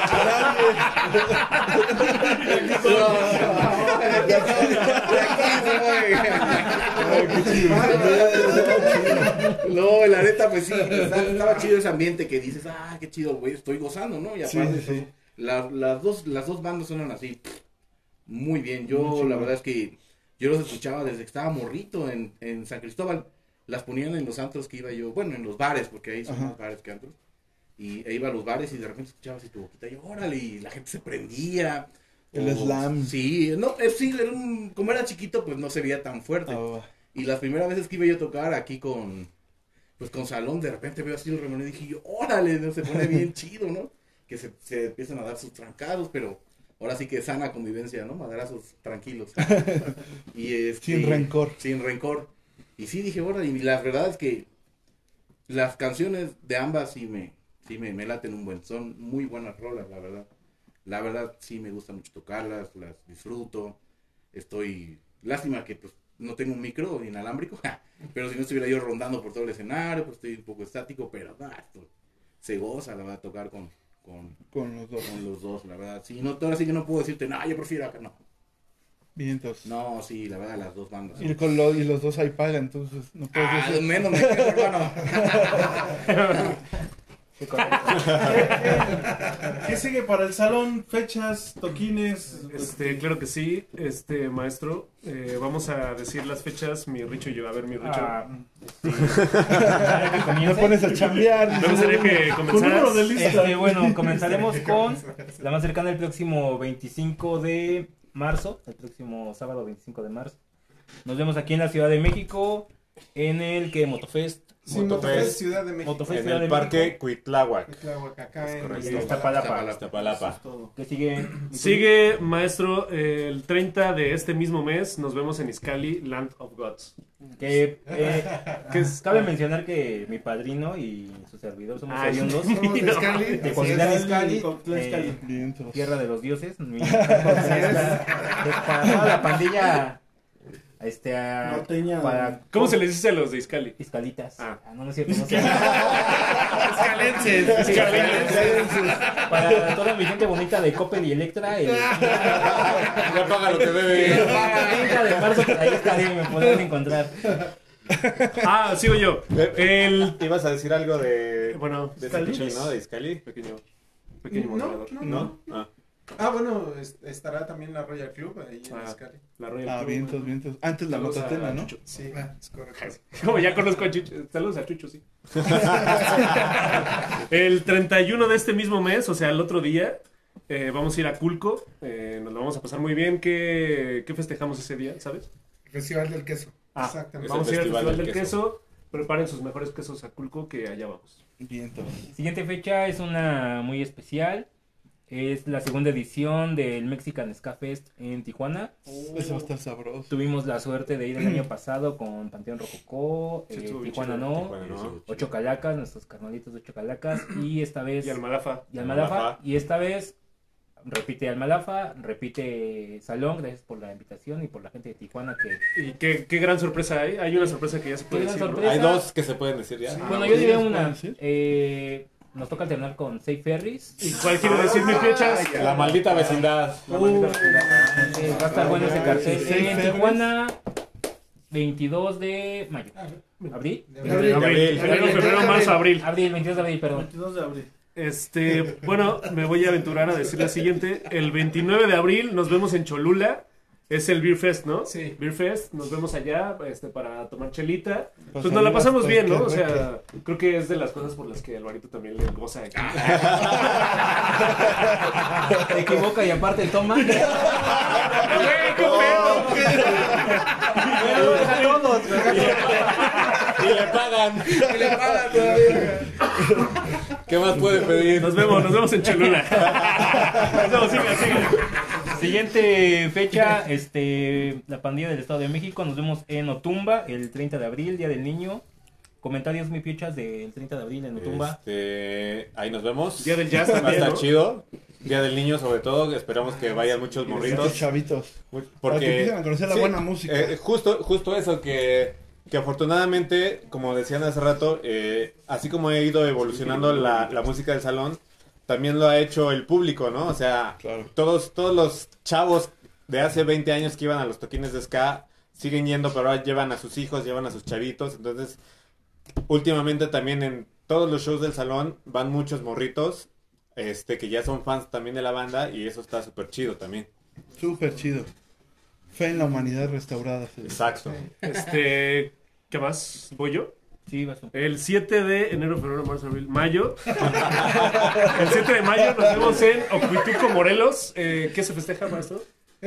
No, la neta, pues sí, estaba, estaba chido ese ambiente que dices, ah, qué chido, güey, estoy gozando, ¿no? Y Sí, aparte, sí, sí. pues, la- las, dos, las dos bandas suenan así, muy bien. Muy Yo, chingón. la verdad es que yo los escuchaba desde que estaba morrito en, en San Cristóbal. Las ponían en los antros que iba yo, bueno, en los bares, porque ahí son Ajá. más bares que antros. Y e iba a los bares y de repente escuchaba así tu boquita y yo, órale, y la gente se prendía. El O- slam. Sí, no, eh, sí, era un- como era chiquito, pues no se veía tan fuerte. Ah, Y las primeras veces que iba yo a tocar aquí con, pues con Salón, de repente veo así el remolino y dije yo, órale, ¿no? Se pone bien chido, ¿no? Que se, se empiezan a dar sus trancados, pero ahora sí que sana convivencia, ¿no? Madrazos tranquilos. Y este, Sin rencor. Sin rencor. Y sí dije, órale, y la verdad es que las canciones de ambas sí me, sí me, me laten un buen, son muy buenas rolas, la verdad. La verdad sí me gusta mucho tocarlas, las disfruto. Estoy, lástima que pues no tengo un micro inalámbrico, pero si no estuviera yo rondando por todo el escenario, pues estoy un poco estático, pero nah, esto se goza, la verdad, tocar con, con, Con los dos. con los dos, la verdad. Sí, no, ahora sí que no puedo decirte, no, yo prefiero acá, no. Bien, entonces. No, sí, la verdad, las dos bandas. Y, con lo- y los dos ahí pagan, entonces no puedes Ah, decir. menos me quedo, hermano. Sí, correcto. ¿Qué sigue para el salón? Fechas, toquines. Este, claro que sí, este maestro. Eh, vamos a decir las fechas, mi Richo y yo. A ver, mi Richo. Ah, Me pones a chambear. Me gustaría que Con número de comenzaras. lista. Este, bueno, comenzaremos con la más cercana el próximo veinticinco de marzo, el próximo sábado veinticinco de marzo. Nos vemos aquí en la Ciudad de México, en el que Motofest. Sí, Motofest. Motofest, Ciudad de México. Motofest En Ciudad el de parque México. Cuitláhuac. Tláhuac, acá en correcto. Y Iztapalapa. Iztapalapa. ¿Qué sigue? Sigue, maestro, el treinta de este mismo mes. Nos vemos en Izcali, Land of Gods. Que, eh, Que es- cabe mencionar que mi padrino y su servidor somos Ay, oriundos Somos de Izcali. de así Coahuila, es. Izcali, Cuautitlán, Izcali. eh, Vientos. tierra de los dioses. Mi- para toda la pandilla este, a- Norteña. para ¿Cómo se les dice a los de Izcali? Izcalitas. Ah. Ah, no, no es cierto. No sé. Escalenses. Sí, para toda mi gente bonita de Coppel y Electra. El Ya paga lo que debe. treinta de marzo, pues, ahí estaré, me podrán encontrar. Ah, sigo yo. El. ¿Ibas a decir algo de, Bueno, de Izcali, Izcali, no? ¿De Izcali? Pequeño. Pequeño No, moderador. no, ¿No? no. Ah. Ah, bueno, es- estará también la Royal Club ahí en Ah. Izcali. La Royal Ah, Club. vientos, vientos. Antes la Saludos a Mototena, ¿no? Chucho. Sí, es correcto. Como ya conozco a Chucho. Saludos a Chucho, sí. El treinta y uno de este mismo mes, o sea, el otro día, eh, vamos a ir a Culco. Eh, nos lo vamos a pasar muy bien. ¿Qué, qué festejamos ese día, sabes? Festival del Queso. Ah, Exactamente. vamos a ir al Festival Festival del del queso. Preparen sus mejores quesos a Culco, que allá vamos. Vientos. Siguiente fecha es una muy especial. Es la segunda edición del Mexican Ska Fest en Tijuana. Eso va a estar sabroso. Tuvimos la suerte de ir el año pasado con Panteón Rococó, Sí, eh, estuvo bien Tijuana chido. no, Tijuana, ¿no? Ocho Calacas, nuestros carnalitos de Ocho Calacas, y esta vez Y Almalafa. y Almalafa, Almalafa. y esta vez repite Almalafa, repite Salón. Gracias por la invitación y por la gente de Tijuana que... Y qué, qué gran sorpresa hay. Hay una sorpresa que ya se puede Qué gran decir, ¿no? sorpresa. Hay dos que se pueden decir ya. Bueno, Ah, yo ¿sí diré les una. puedo decir? Eh, nos toca alternar con Safe Ferries. ¿Y cuál quiere decir mi fechas? La maldita vecindad. La maldita vecindad. Eh, va a estar bueno ese cartel. Safe En Ferries. Tijuana, veintidós de mayo. ¿Abril? De Abril. Abril, Abril. febrero, febrero, marzo, abril. Abril, veintidós de abril, perdón. veintidós de abril. Este, bueno, me voy a aventurar a decir la siguiente. El veintinueve de abril nos vemos en Cholula. Es el Beer Fest, ¿no? Sí. Beer Fest, nos vemos allá este, para tomar chelita. Pues Pues nos la ahí pasamos vas, bien, ¿no? O pues, sea, creo que es de las cosas por las que Alvarito también le goza aquí. Se equivoca y aparte toma. ¡Güey, qué pedo! Pero a todos. Y le pagan. Y le pagan todavía. ¿Qué más puede pedir? Nos vemos, nos vemos en Cholula. Nos vemos, sigue, sigue. Siguiente fecha, este, la pandilla del Estado de México. Nos vemos en Otumba el treinta de abril, Día del Niño. Comentarios muy fichas del treinta de abril en Otumba. Este, ahí nos vemos. Día del jazz Va a también, estar ¿no? chido. Día del niño sobre todo. Esperamos que vayan muchos Muchos morritos. chavitos. Porque Para que empiecen a conocer la sí, buena música. eh, justo, justo eso que, que afortunadamente, como decían hace rato, eh, así como ha ido evolucionando la, la música del salón, también lo ha hecho el público, ¿no? O sea, Claro. todos, todos los chavos de hace veinte años que iban a los toquines de ska siguen yendo, pero ahora llevan a sus hijos, llevan a sus chavitos. Entonces, últimamente también en todos los shows del salón van muchos morritos este que ya son fans también de la banda y eso está súper chido también. Súper chido. Fe en la humanidad restaurada. Fede. Exacto. Este, ¿qué más? ¿Voy yo? Sí, vas tú. El siete de enero, febrero, marzo, abril, mayo. El siete de mayo nos vemos en Ocuituco, Morelos. Eh, ¿Qué se festeja, maestro?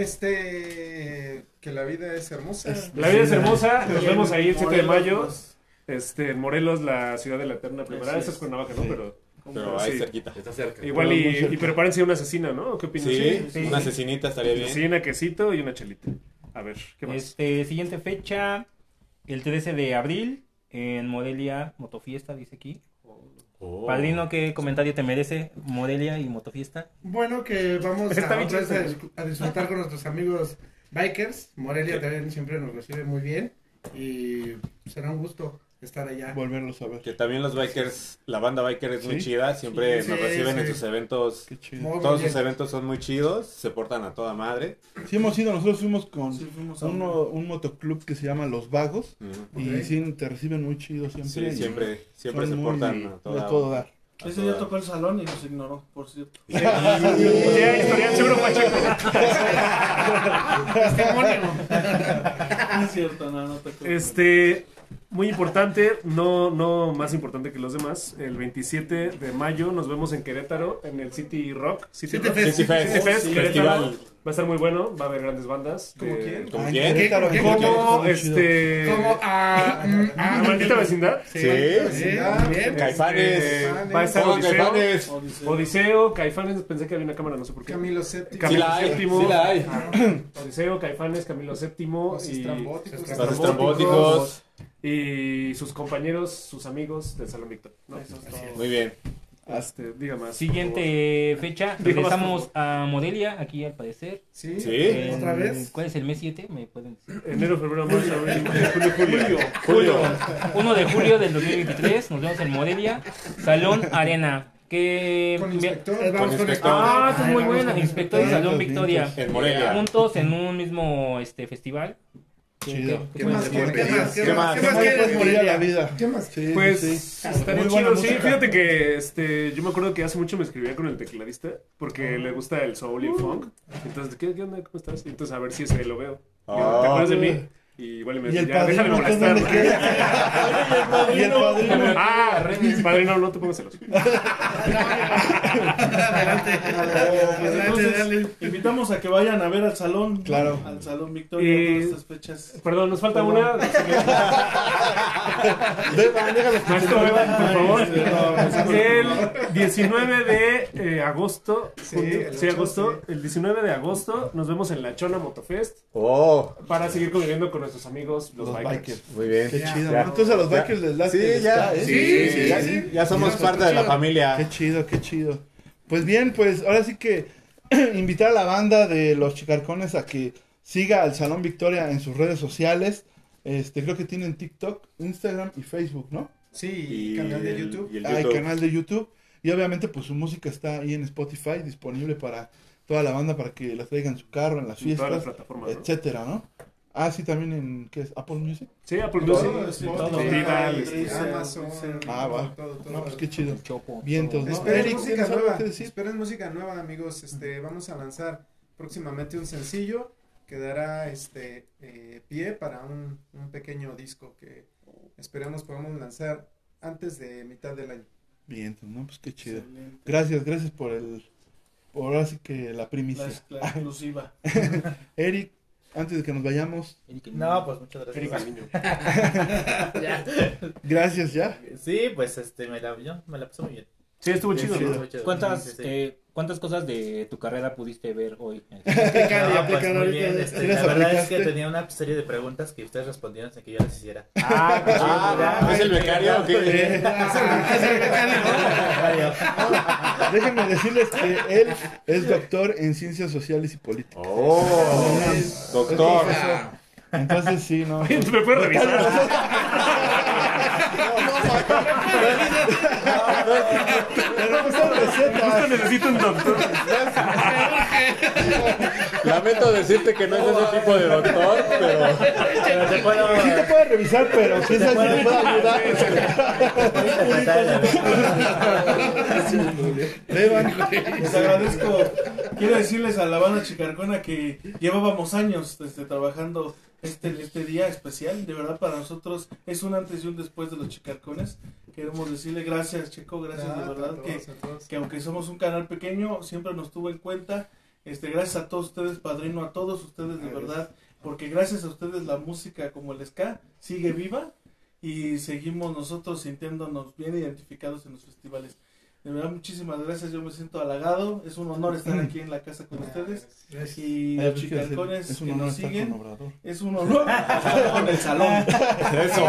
Este, que la vida es hermosa. La vida es hermosa. Nos Sí, vemos ahí el siete de Morelos, mayo. pues. Este, en Morelos, la ciudad de la eterna primavera. Así Esa es es. Cuernavaca, ¿no? Sí. Pero, Pero ahí sí. cerquita. Está cerca. Igual Pero y, muy cerca. y prepárense una asesina, ¿no? ¿Qué opinan? Sí, sí. una asesinita estaría bien. Cecina, quesito y una chelita. A ver, ¿qué más? Este, siguiente fecha, el trece de abril, en Morelia, Motofiesta, dice aquí. Oh. Padrino, ¿qué comentario te merece Morelia y Motofiesta? Bueno, que vamos Está a, bien otra vez chido. a, dis- a disfrutar con nuestros amigos bikers. Morelia también siempre nos recibe muy bien y será un gusto estar allá. Volverlos a ver. Que también los bikers, la banda biker es muy Sí. chida, siempre Sí, nos sí, reciben en sí. sus eventos. Qué chido. Muy Todos bien. sus eventos son muy chidos, se portan a toda madre. Sí hemos ido, nosotros fuimos con Sí, fuimos a uno, un motoclub que se llama Los Vagos. Ujú. Y Ok. sí, te reciben muy chido siempre. Sí, y siempre, siempre son se muy portan a de toda todo dar. Ese día tocó el salón y nos ignoró, por cierto. Sí, historial seguro Pacheco. Testimonio. No es cierto, no, no tocó. Este, muy importante, no, no más importante que los demás. El veintisiete de mayo nos vemos en Querétaro, en el City Rock. City, City Rock. Fest. City Fest, City Fest, Sí, Querétaro. festival. Va a estar muy bueno, va a haber grandes bandas. ¿Cómo de- quién? ¿Cómo Ah, quién? Querétaro, ¿Qué? Querétaro, Como está muy chido. este. Como a... mm, ¿La a- maldita vecindad? Sí. Bien, bien. Caifanes. Este, va a estar Pongan Odiseo. Caifanes. Odiseo. Odiseo, Caifanes, pensé que había una cámara, no sé por qué. Camilo Séptimo. Camilo Sí la hay, Séptimo. sí la hay. Odiseo, Caifanes, Camilo Séptimo Los y, estrambóticos. Los estrambóticos. y sus compañeros, sus amigos del Salón Víctor. ¿no? Muy bien. Este, diga más. Siguiente fecha, Digo más, regresamos a Modelia, aquí al parecer. Sí. En- ¿Eh? ¿Otra vez? ¿Cuál es el mes siete? ¿Me pueden decir? Enero, febrero, marzo, abril, mayo, julio, julio. Julio. uno de julio del dos mil veintitrés, nos vemos en Modelia, Salón Arena. Que Con inspector. Eh, vamos con Inspector. esto. Ah, esta es muy buena. Inspector y Ah, Salón los Victoria. vientos. En Morelia. Juntos en un mismo este festival. ¿Qué- Chido. qué- ¿Qué pueden más? decir? ¿Qué más? ¿Qué ¿Qué más? más? ¿Qué ¿Qué más más le quieres, puedes pedir a la Morelia? vida? ¿Qué más? Sí, Pues sí. estaría Muy buena chido, sí. música. Fíjate que este, yo me acuerdo que hace mucho me escribía con el tecladista porque le gusta el soul y el funk. Entonces, ¿qué, qué onda? ¿Cómo estás? Y entonces, a ver si ese lo veo. Y yo, ¿te Ah. acuerdas de mí? Y igual y me Y el ya, deja de padrino, molestar. ¿dónde queda? Y el padrino. Ah, padrino, no te pongas celoso. Adelante. Pues Adelante, entonces, dale. invitamos a que vayan a ver al salón. ¿no? Claro. Al salón Victoria, Y- todas estas fechas. Perdón, nos falta Perdón. una. No sé qué. Beban, déjalo. Maestro Beban, por favor. no, El diecinueve de eh, agosto. Sí, junto- el sí, ocho, agosto. El diecinueve de agosto nos vemos en la Chona Motofest Oh, para seguir conviviendo con nuestros amigos, los, Los bikers. bikers. muy bien. Qué chido. Ya. ¿no? Entonces a los Ya. bikers les das Sí, ya, ¿eh? sí, sí, ya, sí. ya somos Sí, parte de la chido. familia. Qué chido, qué chido. Pues bien, pues ahora sí que invitar a la banda de los Chicarcones a que siga al Salón Victoria en sus redes sociales. Este, creo que tienen TikTok, Instagram y Facebook, ¿no? Sí, y canal de el- YouTube. y el Hay YouTube. canal de YouTube. Y obviamente pues su música está ahí en Spotify, disponible para toda la banda para que la traigan en su carro, en las En todas las fiestas, plataformas, ¿no? etcétera, ¿no? Ah, sí, también en, ¿qué es? Apple Music. Sí, Apple Todo, Music. sí, todo. todo. Tidal, Sí, este, Amazon. Ah, va. todo, todo, No, pues todo. qué chido. Chopo. Vientos, ¿no? Esperen Eric, música ¿tienes algo nueva. que decir? Esperen música nueva, amigos. Este, vamos a lanzar próximamente un sencillo que dará este eh, pie para un, un pequeño disco que esperamos podamos lanzar antes de mitad del año. Vientos, ¿no? Pues qué chido. Excelente. Gracias, gracias por el, por ahora sí que la La, primicia. la exclusiva. Eric, antes de que nos vayamos, No, pues muchas gracias. Erika Niño. Ya. gracias ya. Sí, pues este, me la, yo me la pasé muy bien. Sí, estuvo Qué chido, chido. ¿no? Estuvo chido. ¿Cuántas, Sí, sí. eh, ¿Cuántas cosas de tu carrera pudiste ver hoy? Aplicar y No, pues aplicar muy ahorita. bien, este, ¿Sí la las verdad es aplicaste? que tenía una serie de preguntas que ustedes respondieron sin que yo las hiciera. Ah, qué chido. Ah, ¿es el becario o qué? Déjenme decirles que él es doctor en ciencias sociales y políticas. Oh, Es doctor. profesor. Entonces sí, no. ¿Me puedes revisar? Pero no son recetas. Justo necesito un doctor. Lamento decirte que no es ese tipo de doctor, pero Pero te puedo... Sí te puede revisar, pero si es alguien que puede ayudar. Beban. Les agradezco. Quiero decirles a la banda Chicarcona que llevábamos años este, trabajando este, este día especial. De verdad, para nosotros es un antes y un después de los Chicarcones. Queremos decirle gracias, Checo, gracias de Ah, verdad. a todos, Que, a todos. que aunque somos un canal pequeño, siempre nos tuvo en cuenta. Este, gracias a todos ustedes, padrino, a todos ustedes de verdad. Porque gracias a ustedes la música como el ska sigue viva. Y seguimos nosotros sintiéndonos bien identificados en los festivales. De verdad, muchísimas gracias. Yo me siento halagado. Es un honor estar aquí en la casa con ustedes. Y Ay, los pues, quiero decir, chicarcones es un que honor nos estar siguen. con Obrador. Es un honor estar con el salón. eso.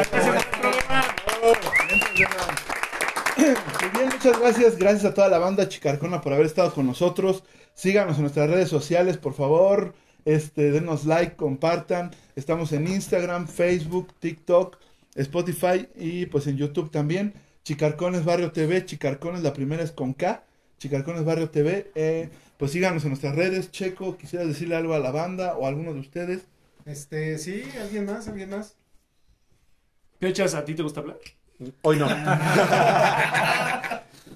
Muy bien, muchas gracias. Gracias a toda la banda Chicarcona por haber estado con nosotros. Síganos en nuestras redes sociales, por favor. Este, denos like, compartan. Estamos en Instagram, Facebook, TikTok, Spotify y pues en YouTube también. Chicarcones Barrio T V, Chicarcones, la primera es con K, Chicarcones Barrio T V. Eh, pues síganos en nuestras redes. Checo, ¿quisieras decirle algo a la banda o a alguno de ustedes? Este, sí, alguien más, alguien más. ¿Qué echas? ¿A ti te gusta hablar? Hoy no.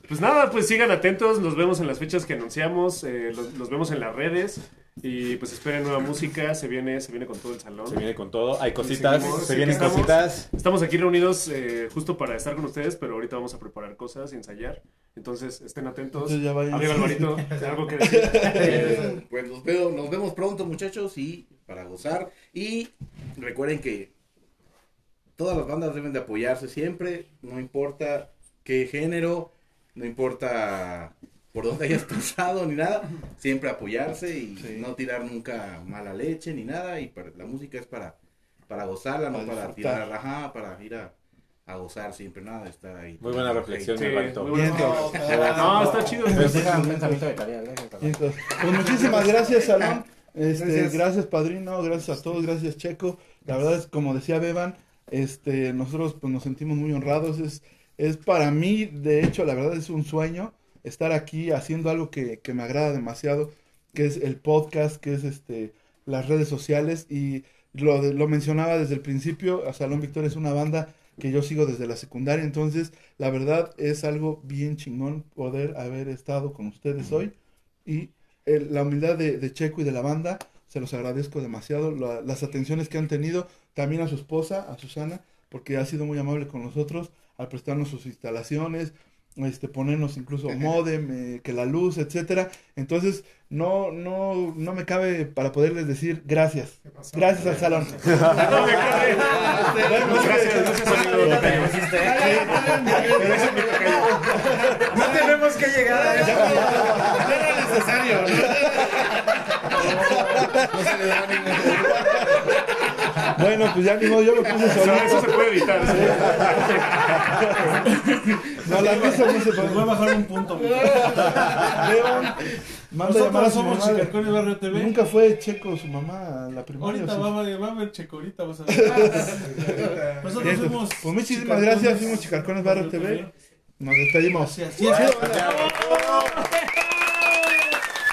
Pues nada, pues sigan atentos, nos vemos en las fechas que anunciamos, eh, los, los vemos en las redes y pues esperen nueva música, se viene, se viene con todo el salón. Se viene con todo, hay cositas, Seguimos, se vienen estamos, cositas. Estamos aquí reunidos eh, justo para estar con ustedes, pero ahorita vamos a preparar cosas y ensayar. Entonces estén atentos. Entonces ya vayan. Amigo Alvarito, ¿algo que decir? Eh, pues nos, veo, nos vemos pronto, muchachos, y para gozar. Y recuerden que todas las bandas deben de apoyarse siempre, no importa qué género, no importa por dónde hayas pasado ni nada, siempre apoyarse y Sí. no tirar nunca mala leche ni nada. Y para, la música es para, para gozarla, no Para para disfrutar. tirar rajá, para ir a, a gozar siempre, nada de estar ahí. Muy buena reflexión, Sí, Alvarito. muy bueno. Bien, No, está chido. Pues deja un pensamiento de tarea, gracias. Y entonces, pues muchísimas gracias, Salón. Este, Gracias. gracias. Padrino, gracias a todos, gracias, Checo. La verdad es, como decía Beban, este, nosotros pues, nos sentimos muy honrados. Es, es para mí, de hecho, la verdad es un sueño estar aquí haciendo algo que, que me agrada demasiado, que es el podcast, que es este, las redes sociales. Y lo, de- lo mencionaba desde el principio, a Salón Victoria es una banda que yo sigo desde la secundaria, entonces la verdad es algo bien chingón poder haber estado con ustedes hoy y el- la humildad de, de Checo y de la banda, se los agradezco demasiado, la- las atenciones que han tenido, también a su esposa, a Susana, porque ha sido muy amable con nosotros al prestarnos sus instalaciones, este, ponernos incluso módem, eh, que la luz, etcétera. Entonces, no, no, no me cabe para poderles decir gracias. Gracias al salón. No me cabe. Bueno, Gracias, gracias, amigo. No tenemos que llegar a eso. No era necesario. Bueno, pues ya ni modo, yo me puse Eso, eso solito. se puede evitar. No, la mesa no se Les voy a puede. bajar un punto. muchachos. León, manda a llamar a Nosotros su somos mamá. Chicarcón y Barrio T V. Nunca fue Checo su mamá a la primaria. Ahorita ¿o sí? va, a- va a ver Checo, ahorita vas a ver. Nosotros Bien, fuimos. pues muchísimas Chicarcones, gracias, fuimos Chicarcones Barrio T V. Nos despedimos. Gracias. Sí, sí.